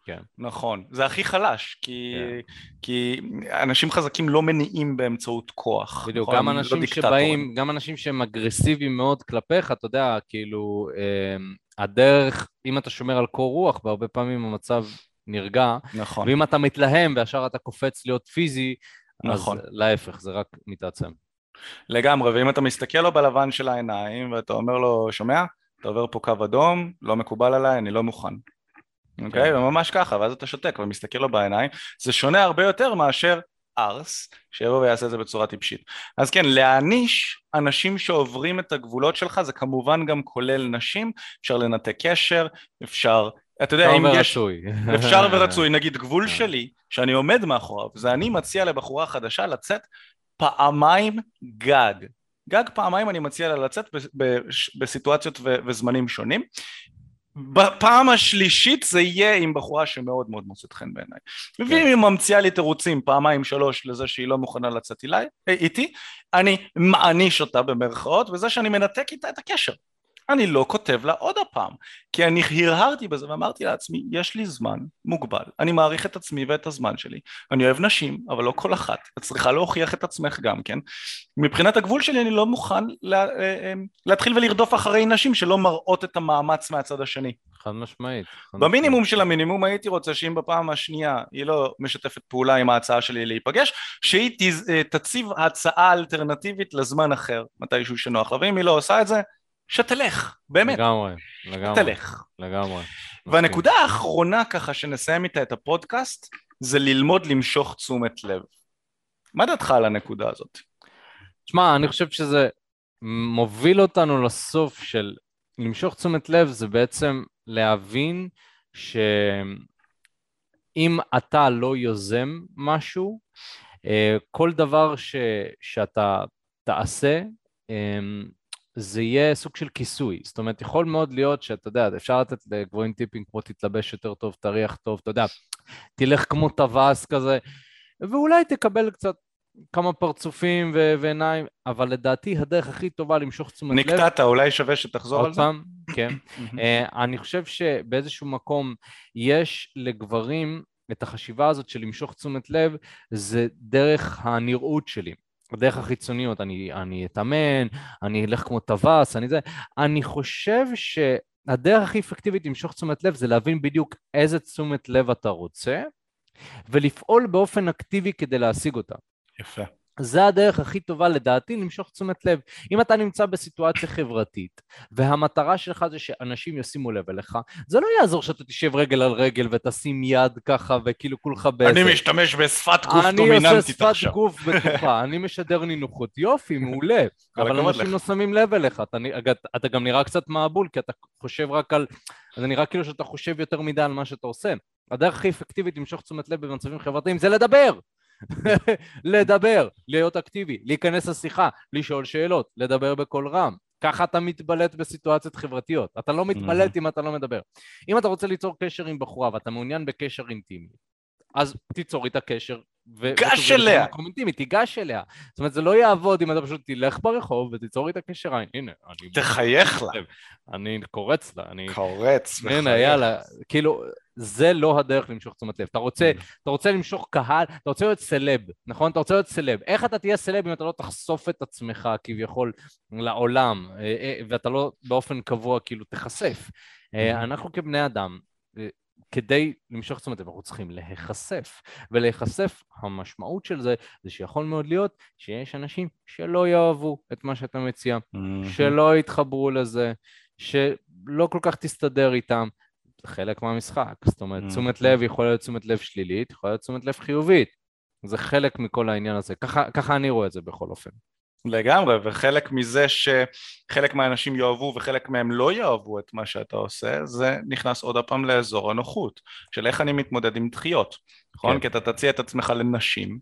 כן. נכון, זה הכי חלש, כן. כי אנשים חזקים לא מניעים באמצעות כוח, בדיוק, נכון? גם הם לא אנשים דיקטטורים. שבאים, גם אנשים שהם אגרסיביים מאוד כלפיך, אתה יודע, כאילו, הדרך, אם אתה שומר על קור רוח, בהרבה פעמים המצב נרגע, נכון, ואם אתה מתלהם והשאר אתה קופץ להיות פיזי, אז נכון. להפך, זה רק מתעצם. לגמרי, ואם אתה מסתכל לו בלבן של העיניים, ואתה אומר לו, שומע? אתה עובר פה קו אדום, לא מקובל עליי, אני לא מוכן. אוקיי? כן. וממש ככה, ואז אתה שותק ומסתכל לו בעיניים, זה שונה הרבה יותר מאשר ארס, שיבוא ויעשה את זה בצורה טיפשית. אז כן, להעניש אנשים שעוברים את הגבולות שלך, זה כמובן גם כולל נשים, אפשר לנתק קשר, אפשר, אתה יודע, אפשר אם יש, ורצוי. אפשר ורצוי, נגיד גבול שלי, שאני עומד מאחוריו, זה אני מציע לבחורה חדשה לצאת פעמיים גג. גג פעמיים אני מציע לה לצאת בסיטואציות וזמנים שונים. בפעם השלישית זה יהיה עם בחורה שמאוד מאוד מוצאת חן בעיניי. ואם היא ממציאה לי תירוצים פעמיים שלוש לזה שהיא לא מוכנה לצאת איתי, אני מעניש אותה במרכאות, וזה שאני מנתק איתה את הקשר. אני לא כותב לה עוד הפעם, כי אני הרהרתי בזה ואמרתי לעצמי, יש לי זמן מוגבל, אני מעריך את עצמי ואת הזמן שלי, אני אוהב נשים, אבל לא כל אחת, את צריכה להוכיח את עצמך גם כן, מבחינת הגבול שלי אני לא מוכן להתחיל ולרדוף אחרי נשים שלא מראות את המאמץ מהצד השני. חד משמעית. במינימום של המינימום הייתי רוצה שאם בפעם השנייה היא לא משתפת פעולה עם ההצעה שלי להיפגש, שהיא תציב הצעה אלטרנטיבית לזמן אחר, מתישהו שנוח לה, ואם היא לא עושה את זה, שתלך, באמת. לגמרי. שתלך. לגמרי. והנקודה האחרונה ככה שנסיים איתה את הפודקאסט, זה ללמוד למשוך תשומת לב. מה דעתך על הנקודה הזאת? תשמע, אני חושב שזה מוביל אותנו לסוף של למשוך תשומת לב, זה בעצם להבין שאם אתה לא יוזם משהו, כל דבר שאתה תעשה, זה יהיה סוג של כיסוי. זאת אומרת, יכול מאוד להיות שאתה יודע, אפשר לתת לגבוהים טיפים כמו תתלבש יותר טוב, תריח טוב, אתה יודע, תלך כמו טווס כזה, ואולי תקבל קצת כמה פרצופים ועיניים, אבל לדעתי הדרך הכי טובה למשוך תשומת לב... נקטעת, אולי שווה שתחזור על זה? עוד פעם, כן. אני חושב שבאיזשהו מקום יש לגברים את החשיבה הזאת של למשוך תשומת לב, זה דרך הנראות שלי. הדרך החיצוניות, אני אתאמן, אני אלך כמו טווס, אני חושב שהדרך הכי אפקטיבית למשוך תשומת לב זה להבין בדיוק איזה תשומת לב אתה רוצה, ולפעול באופן אקטיבי כדי להשיג אותה. יפה. זה הדרך הכי טובה לדעתי למשוך תשומת לב. אם אתה נמצא בסיטואציה חברתית, והמטרה שלך זה שאנשים ישימו לב אליך, זה לא יעזור שאתה תשב רגל על רגל ותשים יד ככה וכאילו כולך באיזה... אני משתמש בשפת גוף דומיננטית עכשיו. אני עושה שפת גוף בטוחה, אני משדר נינוחות, יופי, מעולה, אבל אנשים לא שמים לב אליך, אתה גם נראה קצת מעבול, כי אתה חושב רק על... זה נראה כאילו שאתה חושב יותר מדי על מה שאתה עושה. הדרך הכי אפקטיבית למשוך תשומת לב במצבים חברתיים זה לדבר. לדבר, להיות אקטיבי, להיכנס לשיחה, לשאול שאלות, לדבר בקול רם. ככה אתה מתבלט בסיטואציות חברתיות. אתה לא מתבלט אם אתה לא מדבר. אם אתה רוצה ליצור קשר עם בחורה ואתה מעוניין בקשר אינטימי, אז תיצור איתה קשר. גש אליה. תיגש אליה. זאת אומרת, זה לא יעבוד אם אתה פשוט תלך ברחוב ותיצור איתה קשר. הנה, תחייך לה. אני קורץ לה. קורץ. הנה, יאללה. כאילו, זה לא הדרך למשוך תשומת לב. אתה רוצה למשוך קהל, אתה רוצה להיות סלב, נכון? אתה רוצה להיות סלב. איך אתה תהיה סלב אם אתה לא תחשוף את עצמך כביכול לעולם, ואתה לא באופן קבוע כאילו תחשף? אנחנו כבני אדם, כדי למשוך תשומת לב, אנחנו צריכים להיחשף, ולהיחשף, המשמעות של זה, זה שיכול מאוד להיות שיש אנשים שלא יאהבו את מה שאתה מציע, שלא יתחברו לזה, שלא כל כך תסתדר איתם, זה חלק מהמשחק, זאת אומרת, תשומת לב יכולה להיות תשומת לב שלילית, יכולה להיות תשומת לב חיובית, זה חלק מכל העניין הזה, ככה אני רואה את זה בכל אופן. לגמרי, וחלק מזה שחלק מהאנשים יאהבו וחלק מהם לא יאהבו את מה שאתה עושה, זה נכנס עוד הפעם לאזור הנוחות, של איך אני מתמודד עם דחיות, נכון? כי אתה תציע את עצמך לנשים,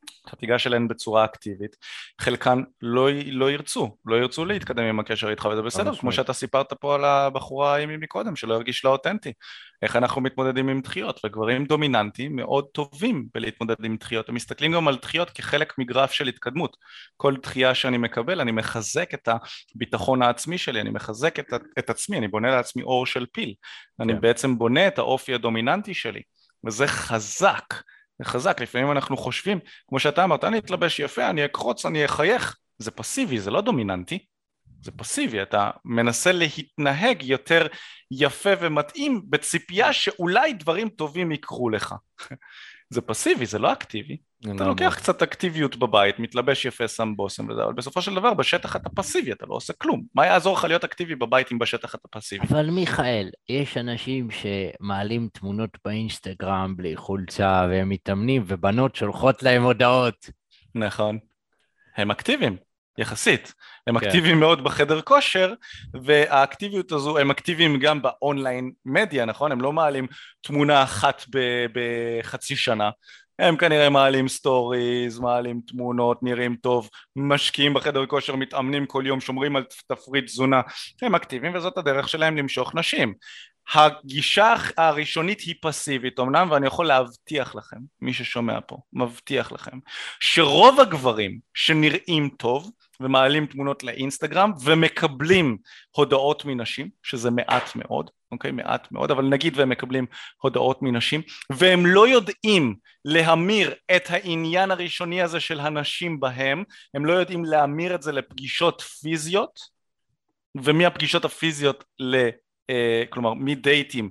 אתה תיגש אליהן בצורה אקטיבית, חלקן לא ירצו להתקדם עם הקשר איתך, וזה בסדר, כמו שאתה סיפרת פה על הבחורה ההיא מקודם, שלא הרגיש לה אותנטי. איך אנחנו מתמודדים עם דחיות, וגברים דומיננטיים מאוד טובים בלהתמודד עם דחיות, הם מסתכלים גם על דחיות כחלק מגרף של התקדמות. כל דחייה שאני מקבל, אני מחזק את הביטחון העצמי שלי, אני מחזק את עצמי, אני בונה לעצמי אור של פיל, אני בעצם בונה את האופי הדומיננטי שלי, וזה חזק. זה חזק, לפעמים אנחנו חושבים, כמו שאתה אמרת, אני אתלבש יפה, אני אקרוץ, אני אחייך, זה פסיבי, זה לא דומיננטי, זה פסיבי, אתה מנסה להתנהג יותר יפה ומתאים בציפייה שאולי דברים טובים יקרו לך. זה פסיבי, זה לא אקטיבי. אתה לוקח קצת אקטיביות בבית, מתלבש יפה, שם בושם וזה, אבל בסופו של דבר בשטח אתה פסיבי, אתה לא עושה כלום. מה יעזור לך להיות אקטיבי בבית אם בשטח אתה פסיבי? אבל מיכאל, יש אנשים שמעלים תמונות באינסטגרם בלי חולצה והם מתאמנים, ובנות שולחות להם הודעות. נכון. הם אקטיביים. יחסית, הם אקטיביים מאוד בחדר כושר, והאקטיביות הזו, הם אקטיביים גם באונליין מדיה, נכון? הם לא מעלים תמונה אחת בחצי שנה, הם כנראה מעלים סטוריז, מעלים תמונות, נראים טוב, משקיעים בחדר כושר, מתאמנים כל יום, שומרים על תפריט תזונה, הם אקטיביים וזאת הדרך שלהם למשוך נשים. הגישה הראשונית היא פסיבית, אמנם, ואני יכול להבטיח לכם, מי ששומע פה, מבטיח לכם, שרוב הגברים שנראים טוב ומעלים תמונות לאינסטגרם ומקבלים הודעות מנשים, שזה מעט מאוד, אוקיי, מעט מאוד, אבל נגיד והם מקבלים הודעות מנשים, והם לא יודעים להמיר את העניין הראשוני הזה של הנשים בהם, הם לא יודעים להמיר את זה לפגישות פיזיות, ומהפגישות הפיזיות כלומר מדייטים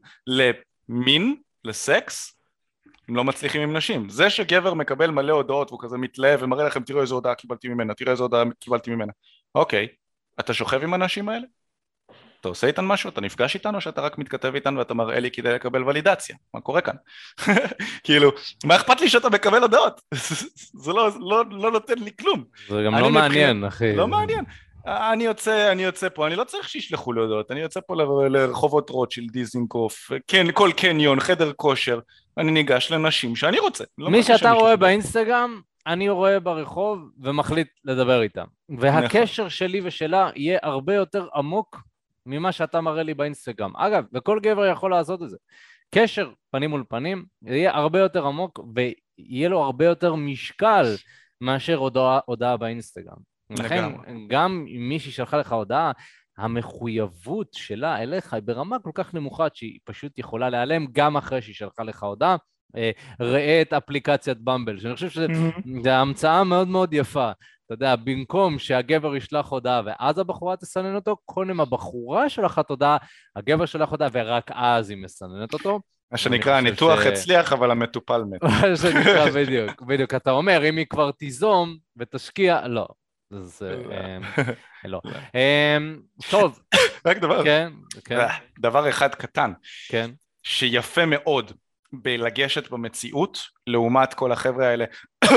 למין, לסקס, הם לא מצליחים עם נשים. זה שגבר מקבל מלא הודעות והוא כזה מתלהב ומראה לכם, תראו איזו הודעה קיבלתי ממנה, תראו איזו הודעה קיבלתי ממנה. אוקיי, אתה שוכב עם הנשים האלה? אתה עושה איתן משהו? אתה נפגש איתן או שאתה רק מתכתב איתן ואתה מראה לי כדי לקבל ולידציה? מה קורה כאן? כאילו, מה אכפת לי שאתה מקבל הודעות? זה לא נותן לי כלום. זה גם לא מעניין, אחי. לא מעניין. אני יוצא פה, אני לא צריך שישלחו לי הודעות, אני יוצא פה לרחובות רוטשילד, דיזינגוף, כל קניון, חדר כושר, אני ניגש לנשים שאני רוצה. מי שאתה רואה באינסטגרם, אני רואה ברחוב ומחליט לדבר איתם. והקשר שלי ושלה יהיה הרבה יותר עמוק ממה שאתה מראה לי באינסטגרם. אגב, וכל גבר יכול לעשות את זה. קשר פנים מול פנים יהיה הרבה יותר עמוק ויהיה לו הרבה יותר משקל מאשר הודעה באינסטגרם. לכן גם אם מישהי שלחה לך הודעה, המחויבות שלה אליך היא ברמה כל כך נמוכה שהיא פשוט יכולה להיעלם גם אחרי שהיא שלחה לך הודעה. ראה את אפליקציית במבל, שאני חושב שזו המצאה מאוד מאוד יפה. אתה יודע, במקום שהגבר ישלח הודעה ואז הבחורה תסנן אותו, קודם הבחורה שלחת הודעה, הגבר שלח הודעה ורק אז היא מסננת אותו. מה שנקרא, הניתוח הצליח, אבל המטופל מת. מה שנקרא, בדיוק. אתה אומר, אם היא כבר תיזום ותשקיע, לא. אז לא. טוב. רק כן. דבר אחד קטן. כן. שיפה מאוד בלגשת במציאות, לעומת כל החבר'ה האלה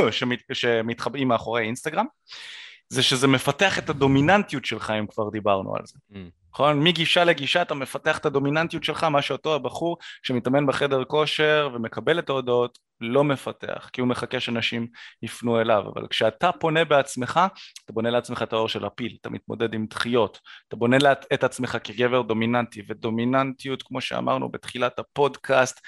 שמתחבאים מאחורי אינסטגרם, זה שזה מפתח את הדומיננטיות שלך, אם כבר דיברנו על זה. נכון? מגישה לגישה אתה מפתח את הדומיננטיות שלך, מה שאותו הבחור שמתאמן בחדר כושר ומקבל את ההודעות לא מפתח, כי הוא מחכה שאנשים יפנו אליו. אבל כשאתה פונה בעצמך, אתה בונה לעצמך את האור של הפיל, אתה מתמודד עם דחיות, אתה בונה את עצמך כגבר דומיננטי, ודומיננטיות, כמו שאמרנו בתחילת הפודקאסט,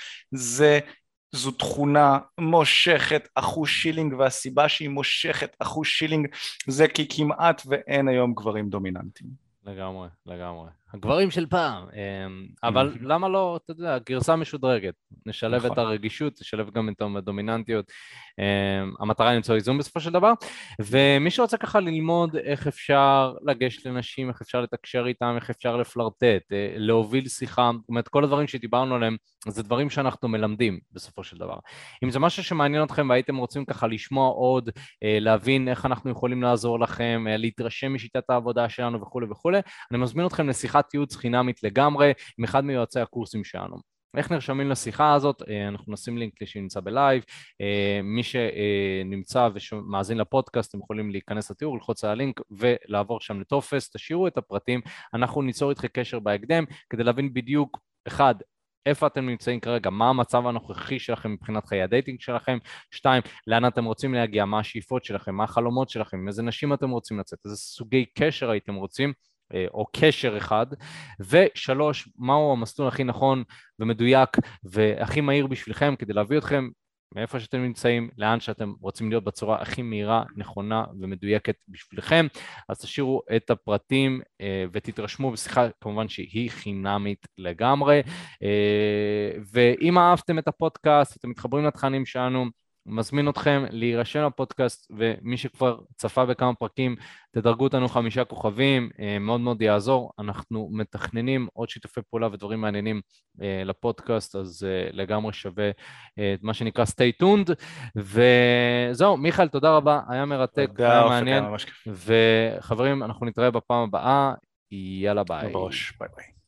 זו תכונה מושכת אחוז שילינג, והסיבה שהיא מושכת אחוז שילינג זה כי כמעט ואין היום גברים דומיננטיים. לגמרי. הגברים של פעם. אבל למה לא, אתה יודע, גרסה משודרגת. נשלב את הרגישות, נשלב גם את הדומיננטיות. המטרה היא למצוא איזון בסופו של דבר. ומי שרוצה ככה ללמוד איך אפשר לגשת לנשים, איך אפשר לתקשר איתם, איך אפשר לפלרטט, להוביל שיחה, זאת אומרת, כל הדברים שדיברנו עליהם, זה דברים שאנחנו מלמדים בסופו של דבר. אם זה משהו שמעניין אתכם והייתם רוצים ככה לשמוע עוד, להבין איך אנחנו יכולים לעזור לכם, להתרשם משיטת העבודה שלנו וכו' וכו', אני מזמין אתכם לשיחת ייעוץ חינמית לגמרי, עם אחד מיועצי הקורסים שלנו. איך נרשמים לשיחה הזאת? אנחנו נשים לינק שנמצא בלייב, מי שנמצא ומאזין לפודקאסט, אתם יכולים להיכנס לתיאור, ללחוץ על הלינק ולעבור שם לטופס, תשאירו את הפרטים, אנחנו ניצור איתכם קשר בהקדם, כדי להבין בדיוק, אחד, איפה אתם נמצאים כרגע, מה המצב הנוכחי שלכם מבחינת חיי הדייטינג שלכם, 2, לאן אתם רוצים להגיע, מה השאיפות שלכם, מה החלומות שלכם, איזה נשים אתם רוצים לצאת, איזה סוגי קשר הייתם רוצים, או קשר אחד, ו3, מהו המסלול הכי נכון ומדויק והכי מהיר בשבילכם כדי להביא אתכם מאיפה שאתם נמצאים, לאן שאתם רוצים להיות בצורה הכי מהירה, נכונה ומדויקת בשבילכם. אז תשאירו את הפרטים ותתרשמו בשיחה, כמובן שהיא חינמית לגמרי. ואם אהבתם את הפודקאסט, אתם מתחברים לתכנים שלנו, מזמין אתכם להירשם לפודקאסט, ומי שכבר צפה בכמה פרקים, תדרגו אותנו 5 כוכבים, מאוד מאוד יעזור. אנחנו מתכננים עוד שיתופי פעולה ודברים מעניינים לפודקאסט, אז לגמרי שווה את מה שנקרא stay tuned. וזהו, מיכאל, תודה רבה, היה מרתק, היה מעניין. וחברים, אנחנו נתראה בפעם הבאה, יאללה ביי. בראש, ביי ביי.